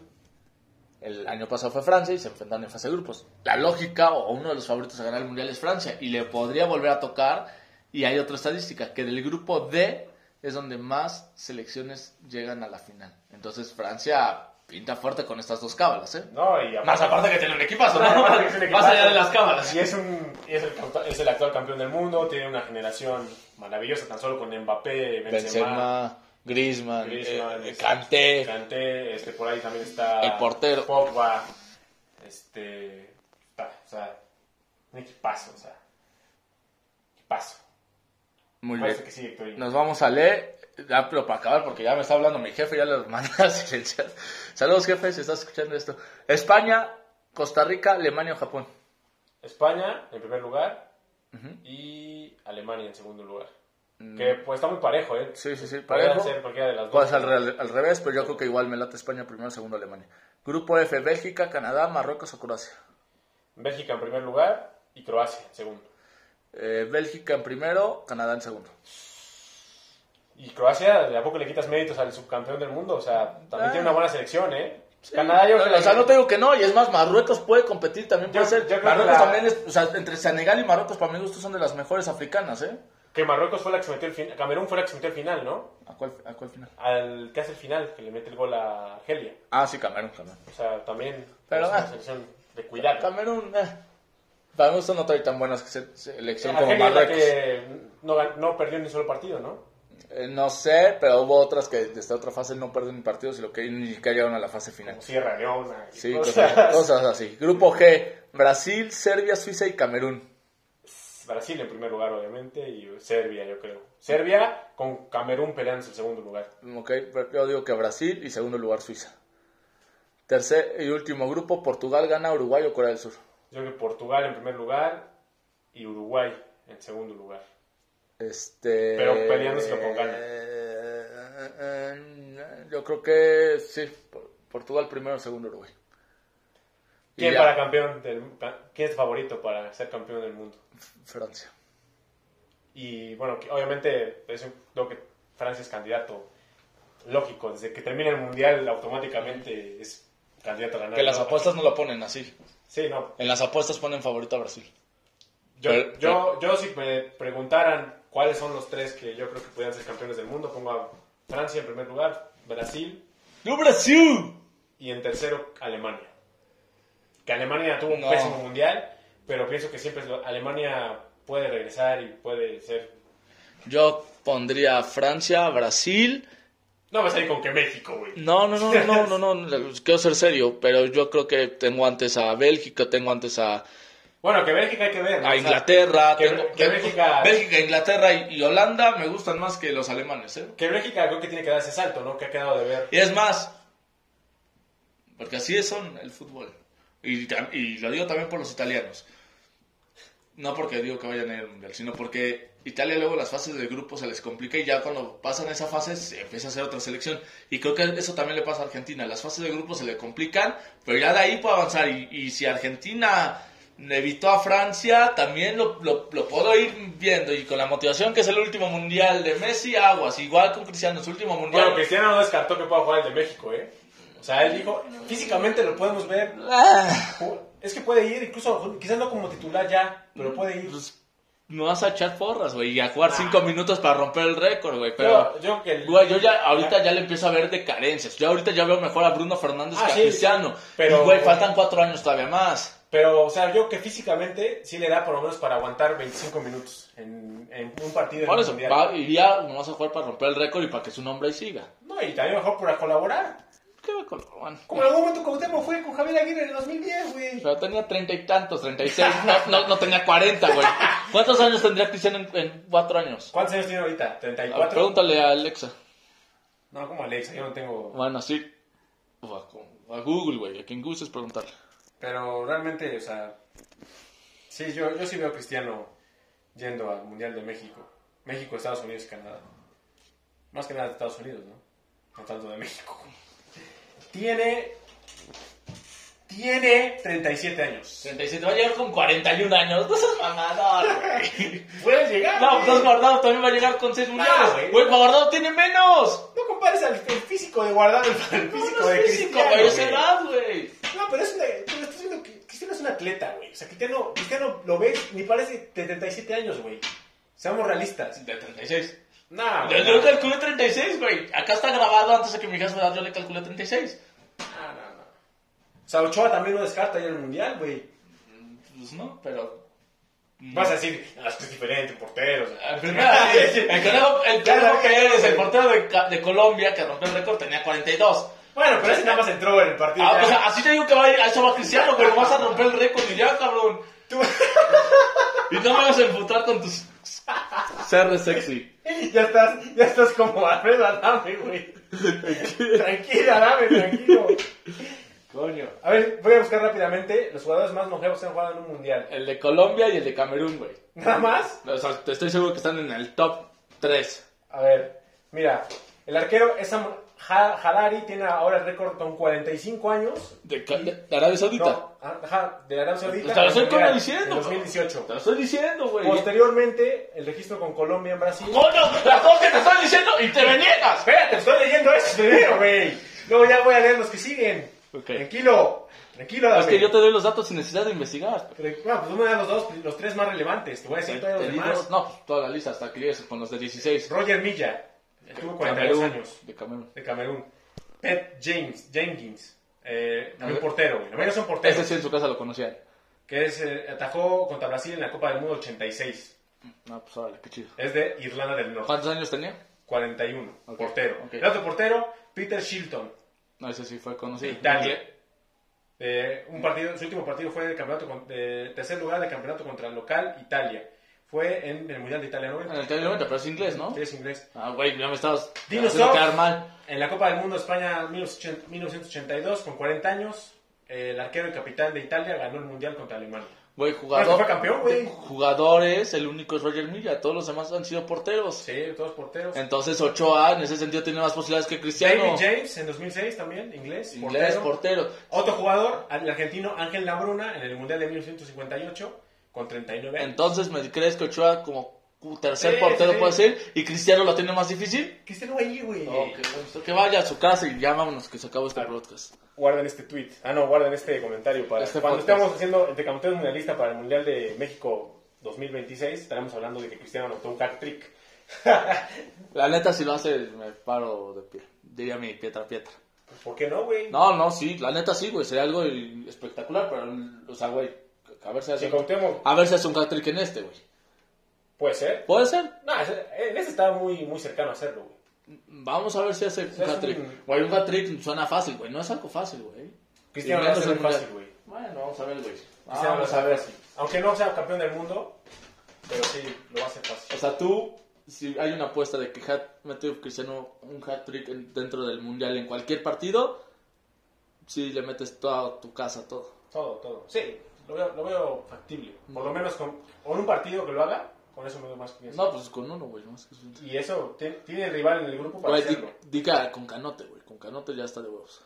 El año pasado fue Francia y se enfrentaron en fase de grupos. La lógica, o uno de los favoritos a ganar el Mundial es Francia, y le podría volver a tocar, y hay otra estadística, que del grupo D es donde más selecciones llegan a la final. Entonces Francia pinta fuerte con estas dos cábalas, ¿eh? No, y Más aparte que tiene un equipazo, ¿no? No, es un Más equipazo. allá de las cábalas. Y es, un, y es, el, cauta- es el actual campeón del mundo, tiene una generación maravillosa, tan solo con Mbappé, Benzema, Benzema, Griezmann, Griezmann, eh, este, Kanté, Kanté, este, por ahí también está el portero. Pogba, este, está, o sea, un equipazo, o sea, equipazo. Muy Parece bien. que sí, Héctor. Nos vamos a leer, ya, pero para acabar, porque ya me está hablando mi jefe, ya lo manda a silenciar. Saludos, jefe, si estás escuchando esto. España, Costa Rica, Alemania o Japón. España en primer lugar y Alemania en segundo lugar. Que pues está muy parejo, ¿eh? Sí, sí, sí, Podría parejo. ser cualquiera de las dos. Puede ser al, re- al revés, pero yo creo que igual me late España primero, segundo Alemania. Grupo F, Bélgica, Canadá, Marruecos o Croacia. Bélgica en primer lugar y Croacia en segundo. Eh, Bélgica en primero, Canadá en segundo. Y Croacia, ¿de a poco le quitas méritos al subcampeón del mundo? O sea, también Ah. tiene una buena selección, ¿eh? Sí, Canadá, yo creo o sea, no te digo que no, y es más, Marruecos puede competir, también puede Yo- ser. yo creo que Marruecos la- también es, o sea, entre Senegal y Marruecos, para mi gusto, son de las mejores africanas, ¿eh? que Marruecos fue la que se metió al final. Camerún fue la que se metió al final, ¿no? ¿A cuál, a cuál final? Al que hace el final, que le mete el gol a Argelia. Ah, sí, Camerún, Camerún. O sea, también Pero, es una ah. selección de cuidado. Camerún, eh. Para mi gusto no trae tan buenas que se- selección como Argelia es la Marruecos. que no, gan- no perdió ni un solo partido, ¿no? Eh, no sé, pero hubo otras que desde otra fase no pierden ni partidos y lo que ni siquiera llegaron a la fase final. Como Sierra Leona. y Sí, cosas. cosas, cosas así. Grupo G, Brasil, Serbia, Suiza y Camerún. Brasil en primer lugar, obviamente, y Serbia, yo creo. Serbia con Camerún peleando el segundo lugar. Ok, yo digo que Brasil y segundo lugar Suiza. Tercer y último grupo, Portugal, Ghana, Uruguay o Corea del Sur. Yo creo que Portugal en primer lugar y Uruguay en segundo lugar. Este... Pero peleándoselo con Ghana. eh, eh, yo creo que sí, Por- Portugal primero, segundo Uruguay. Y ¿Quién ya, para campeón del, quién es favorito para ser campeón del mundo? Francia. Y bueno, que obviamente eso, creo que Francia es candidato lógico. Desde que termina el mundial automáticamente es candidato a ganar. Que las ¿no? apuestas no lo ponen así. Sí, no. En las apuestas ponen favorito a Brasil. Yo, Pero- yo, yo si me preguntaran cuáles son los tres que yo creo que podrían ser campeones del mundo, pongo a Francia en primer lugar, Brasil ¡No, Brasil! y en tercero Alemania. Que Alemania tuvo un No. pésimo mundial, pero pienso que siempre es lo- Alemania puede regresar y puede ser... Yo pondría Francia, Brasil. No vas a ir con que México, güey. No, no, no, no, no, no, quiero ser serio, pero yo creo que tengo antes a Bélgica, tengo antes a, Bueno, que Bélgica hay que ver, ¿no? a O sea, Inglaterra, que- tengo, que tengo- Bélgica- Bélgica, Inglaterra y, y Holanda me gustan más que los alemanes, ¿eh? que Bélgica creo que tiene que dar ese salto, ¿no? Que ha quedado de ver. Y es más, porque así es son el fútbol. Y, tam- y lo digo también por los italianos. No porque digo que vayan a ir al mundial, sino porque Italia luego las fases del grupo se les complica y ya cuando pasan esa fase se empieza a hacer otra selección. Y creo que eso también le pasa a Argentina. Las fases del grupo se le complican, pero ya de ahí puede avanzar. Y, y si Argentina evitó a Francia, también lo, lo, lo puedo ir viendo. Y con la motivación que es el último mundial de Messi, aguas. Igual con Cristiano, su último mundial. Bueno, Cristiano no descartó que pueda jugar el de México, ¿eh? O sea, él dijo, físicamente lo podemos ver. Es que puede ir, incluso, quizás no como titular ya, pero puede ir. Pues, no vas a echar porras, güey, y a jugar cinco minutos para romper el récord, güey. Pero, Yo, yo que el- güey, yo ya, ahorita ya le empiezo a ver de carencias. Yo ahorita ya veo mejor a Bruno Fernández Ah, que a sí, Cristiano. pero- Y, güey, faltan cuatro años todavía más. Pero, o sea, yo que físicamente sí le da por lo menos para aguantar veinticinco minutos en, en un partido en Por el eso, mundial. va, iría, no vas a jugar para romper el récord y para que su nombre ahí siga. No, y también mejor para colaborar. ¿Qué va con bueno, Como en algún momento Cuauhtémoc fue con Javier Aguirre en el dos mil diez, güey. pero tenía treinta y tantos, treinta y seis, no, no, no tenía cuarenta, güey. ¿Cuántos años tendría Cristiano en, en cuatro años? ¿Cuántos años tiene ahorita? ¿treinta y A ver, cuatro? pregúntale a Alexa. No, como Alexa, yo no tengo... Bueno, sí. O a, a Google, güey, a quien gustes preguntarle. Pero realmente, o sea... Sí, yo, yo sí veo a Cristiano yendo al Mundial de México. México, Estados Unidos y Canadá. Más que nada de Estados Unidos, ¿no? No tanto de México. Tiene... Tiene treinta y siete años. treinta y siete, va a llegar con cuarenta y un años. No seas mamador, güey. Puedes llegar, No, güey. pues Guardado también va a llegar con seis mundiales. güey. Güey, Guardado tiene menos. No compares al el físico de Guardado al físico No, no de es físico, Cristiano, güey, es güey. edad, güey. No, pero es una, pero estás viendo que Cristiano es un atleta, güey. O sea, Cristiano, Cristiano lo ves, ni parece de treinta y siete años, güey. Seamos realistas. De treinta y seis. No, Yo, no, yo no, calculé treinta y seis, güey. Acá está grabado antes de que me dijeras su edad, yo le calculé treinta y seis. no, no. O sea, Ochoa también no descarta ir al Mundial, güey. Pues no, pero... Vas a decir, no, es que es diferente, porteros. El primero, el conejo, el conejo Pérez, el portero de, Ca- de Colombia que rompió el récord, tenía cuarenta y dos. Bueno, pero ese nada más entró en el partido. Ah, ya. o sea, así te digo que va a ir, a eso va Cristiano, pero vas a romper el récord y ya, cabrón. Tú- Y no me vas a emputar con tus C R sexy. ya estás, ya estás como Alfredo Adame, güey. Tranquilo, Adame, tranquilo. Coño. A ver, voy a buscar rápidamente los jugadores más longevos que han jugado en un Mundial. El de Colombia y el de Camerún, güey. ¿Nada más? O sea, te estoy seguro que están en el top tres. A ver, mira, el arquero es Sam- Hadari tiene ahora el récord con cuarenta y cinco años. ¿De, de, de Arabia Saudita? No, ajá, de Arabia Saudita. Te lo estoy mundial, diciendo. En dos mil dieciocho. Te lo estoy diciendo, güey. Posteriormente, el registro con Colombia en Brasil. ¡Coño! Las dos que te estoy diciendo y te me niegas. Espérate, estoy leyendo eso primero, güey. Luego ya voy a leer los que siguen. Okay. Tranquilo, tranquilo. Dame. Es que yo te doy los datos sin necesidad de investigar. Pero, bueno, pues tú me das los dos, los tres más relevantes. Te voy a decir todos los demás. No, pues toda la lista hasta que llegues con los de dieciséis. Roger Milla, tuvo cuarenta y dos Camerún, años. De Camerún. De Camerún. Pet James, Jenkins, eh, un portero, güey. No son porteros. Ese sí en su casa lo conocían. Que es, eh, atajó contra Brasil en la Copa del Mundo ochenta y seis. No, pues órale, qué chido. Es de Irlanda del Norte. ¿Cuántos años tenía? cuarenta y uno, Okay. portero. Okay. El otro portero, Peter Shilton, No, ese sí fue conocido. de Italia. Eh, un partido, su último partido fue de campeonato con- de tercer lugar de campeonato contra el local Italia. Fue en el Mundial de Italia En noventa. el Italia noventa, pero es inglés, ¿no? Sí, es inglés. Ah, güey, ya me estabas Dino haciendo Soft, quedar mal. en la Copa del Mundo España mil novecientos ochenta y dos, con cuarenta años, eh, el arquero y capitán de Italia ganó el Mundial contra Alemania. Güey, Bueno, jugador. fue campeón, güey. Jugadores, el único es Roger Milla, todos los demás han sido porteros. Sí, todos porteros. Entonces Ochoa en ese sentido tiene más posibilidades que Cristiano. David James en dos mil seis también, inglés, Inglés, portero. portero. Otro jugador, el argentino Ángel Labruna en el Mundial de mil novecientos cincuenta y ocho con treinta y nueve años. Entonces, ¿me crees que Ochoa como tercer Sí, portero sí, sí. puede ser? ¿Y Cristiano lo tiene más difícil? Cristiano ahí, güey. Ok, bueno, que vaya a su casa y ya vámonos que se acabó este podcast. Guarden este tweet. Ah, no, guarden este comentario para Este cuando podcast. estemos haciendo el Camoteros Mundialista para el Mundial de México dos mil veintiséis. Estaremos hablando de que Cristiano anotó un hat trick. La neta, si lo hace, me paro de pie. Diría mi Pietra Pietra. Pues, ¿por qué no, güey? No, no, sí, la neta sí, güey. Sería algo espectacular, pero, o sea, güey, a ver si hace, Si Cuauhtémoc, a ver si hace un hat-trick en este, güey. puede ser. ¿Puede ser? No, ese- en este está muy, muy cercano a hacerlo, güey. Vamos a ver si hace un Es hat-trick. un- Güey, un hat-trick suena fácil, güey. No es algo fácil, güey. Cristiano Y lo menos hace en muy un fácil, mundial. güey. Bueno, vamos a ver, güey. Cristiano lo Vamos hace a ver. fácil. Aunque no sea campeón del mundo, pero sí, lo va a hacer O fácil. sea, tú, si hay una apuesta de que hat, mete Cristiano un hat-trick en- dentro del mundial en cualquier partido, sí le metes toda tu casa, todo. Todo, todo. Sí, lo veo, lo veo factible. Por lo menos con, con un partido que lo haga, con eso me doy más confianza. No, pues con uno, güey. No, es que es- Y eso, ti- tiene el rival en el grupo para Güey, di, hacerlo. di que con Canote, güey. Con Canote ya está de huevos.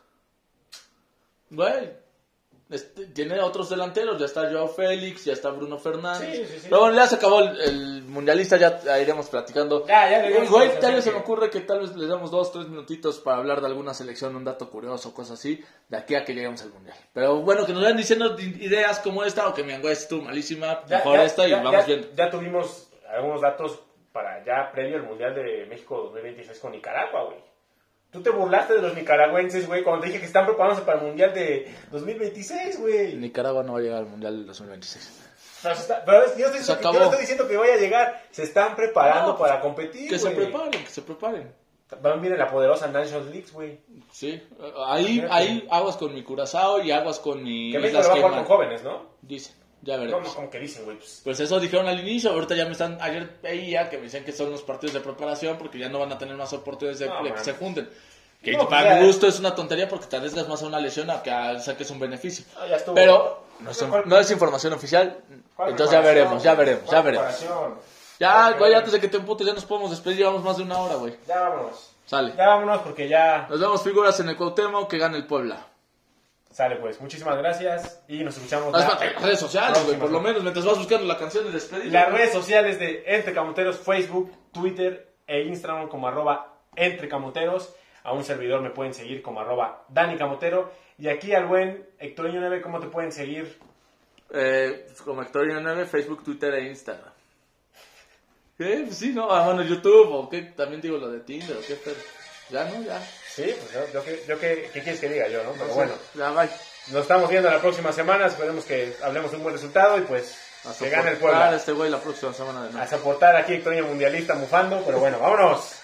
Güey. Este, tiene otros delanteros. Ya está Joao Félix, ya está Bruno Fernández. Sí, sí, sí. Pero bueno, ya se acabó el, el mundialista. Ya, ya iremos platicando. Ya, ya le dimos Güey, cosas, tal vez así se me que- ocurre que tal vez le damos dos, tres minutitos para hablar de alguna selección, un dato curioso, cosas así, de aquí a que lleguemos al mundial. Pero bueno, que nos vayan diciendo di- ideas como esta, o que mi anguay estuvo malísima, Ya- mejor ya- esta y ya- vamos ya- viendo. Ya tuvimos algunos datos para ya previo al Mundial de México dos mil veintiséis con Nicaragua, güey. Tú te burlaste de los nicaragüenses, güey, cuando te dije que están preparándose para el Mundial de dos mil veintiséis, güey. Nicaragua no va a llegar al mundial del dos mil veintiséis. Pero, se está- pero es- yo, estoy, Se yo acabó. no estoy diciendo que vaya a llegar. Se están preparando No, para competir, Que se güey. preparen, que se preparen. Van viene la poderosa Nations League, güey. Sí, ahí, Imagínate. ahí aguas con mi Curazao y aguas con mi Que México Islas lo va a jugar Caimán. con jóvenes, ¿no? Dicen, ya No, veremos. no, como que dicen, güey. Pues, Pues eso dijeron al inicio, ahorita ya me están, ayer veía que me decían que son los partidos de preparación porque ya no van a tener más oportunidades de, No, de que man. se junten. Que No, para pues ya- mi gusto es una tontería porque te arriesgas más a una lesión a que a- saques un beneficio. ah, ya estuvo. Pero no es, ¿Cuál- no es información oficial, cuál entonces ya preparación? veremos, ya veremos, ya ¿Cuál veremos. preparación? Ya, Ok. güey, antes de que te emputes ya nos podemos despedir, llevamos más de una hora, güey. Ya vámonos. Sale. Ya vámonos porque ya Nos vemos figuras en el Cuauhtémoc, que gane el Puebla. sale, pues. Muchísimas gracias y nos escuchamos. Ah, la- espérate, redes sociales, güey, próxima por lo semana. menos, mientras vas buscando la canción de despedida. Las redes sociales de Entre Camoteros, Facebook, Twitter e Instagram como arroba Entre Camoteros. A un servidor me pueden seguir como arroba Dani Camotero. Y aquí al buen Hectorinho nueve, ¿cómo te pueden seguir? Eh, como Hectorinho nueve, Facebook, Twitter e Instagram. ¿Qué? Pues sí, ¿no? Ah, bueno, YouTube, o qué, también digo lo de Tinder, o qué, pero ya, ¿no? Ya. Sí, pues yo, yo, qué- yo qué, qué quieres que diga yo, ¿no? Pero Sí, bueno, Ya, bye. nos estamos viendo la próxima semana. Esperemos que hablemos de un buen resultado y pues A que gane el soportar Puebla. este güey la próxima semana de nuevo. A soportar aquí Hectorinho Mundialista mufando, pero bueno, vámonos.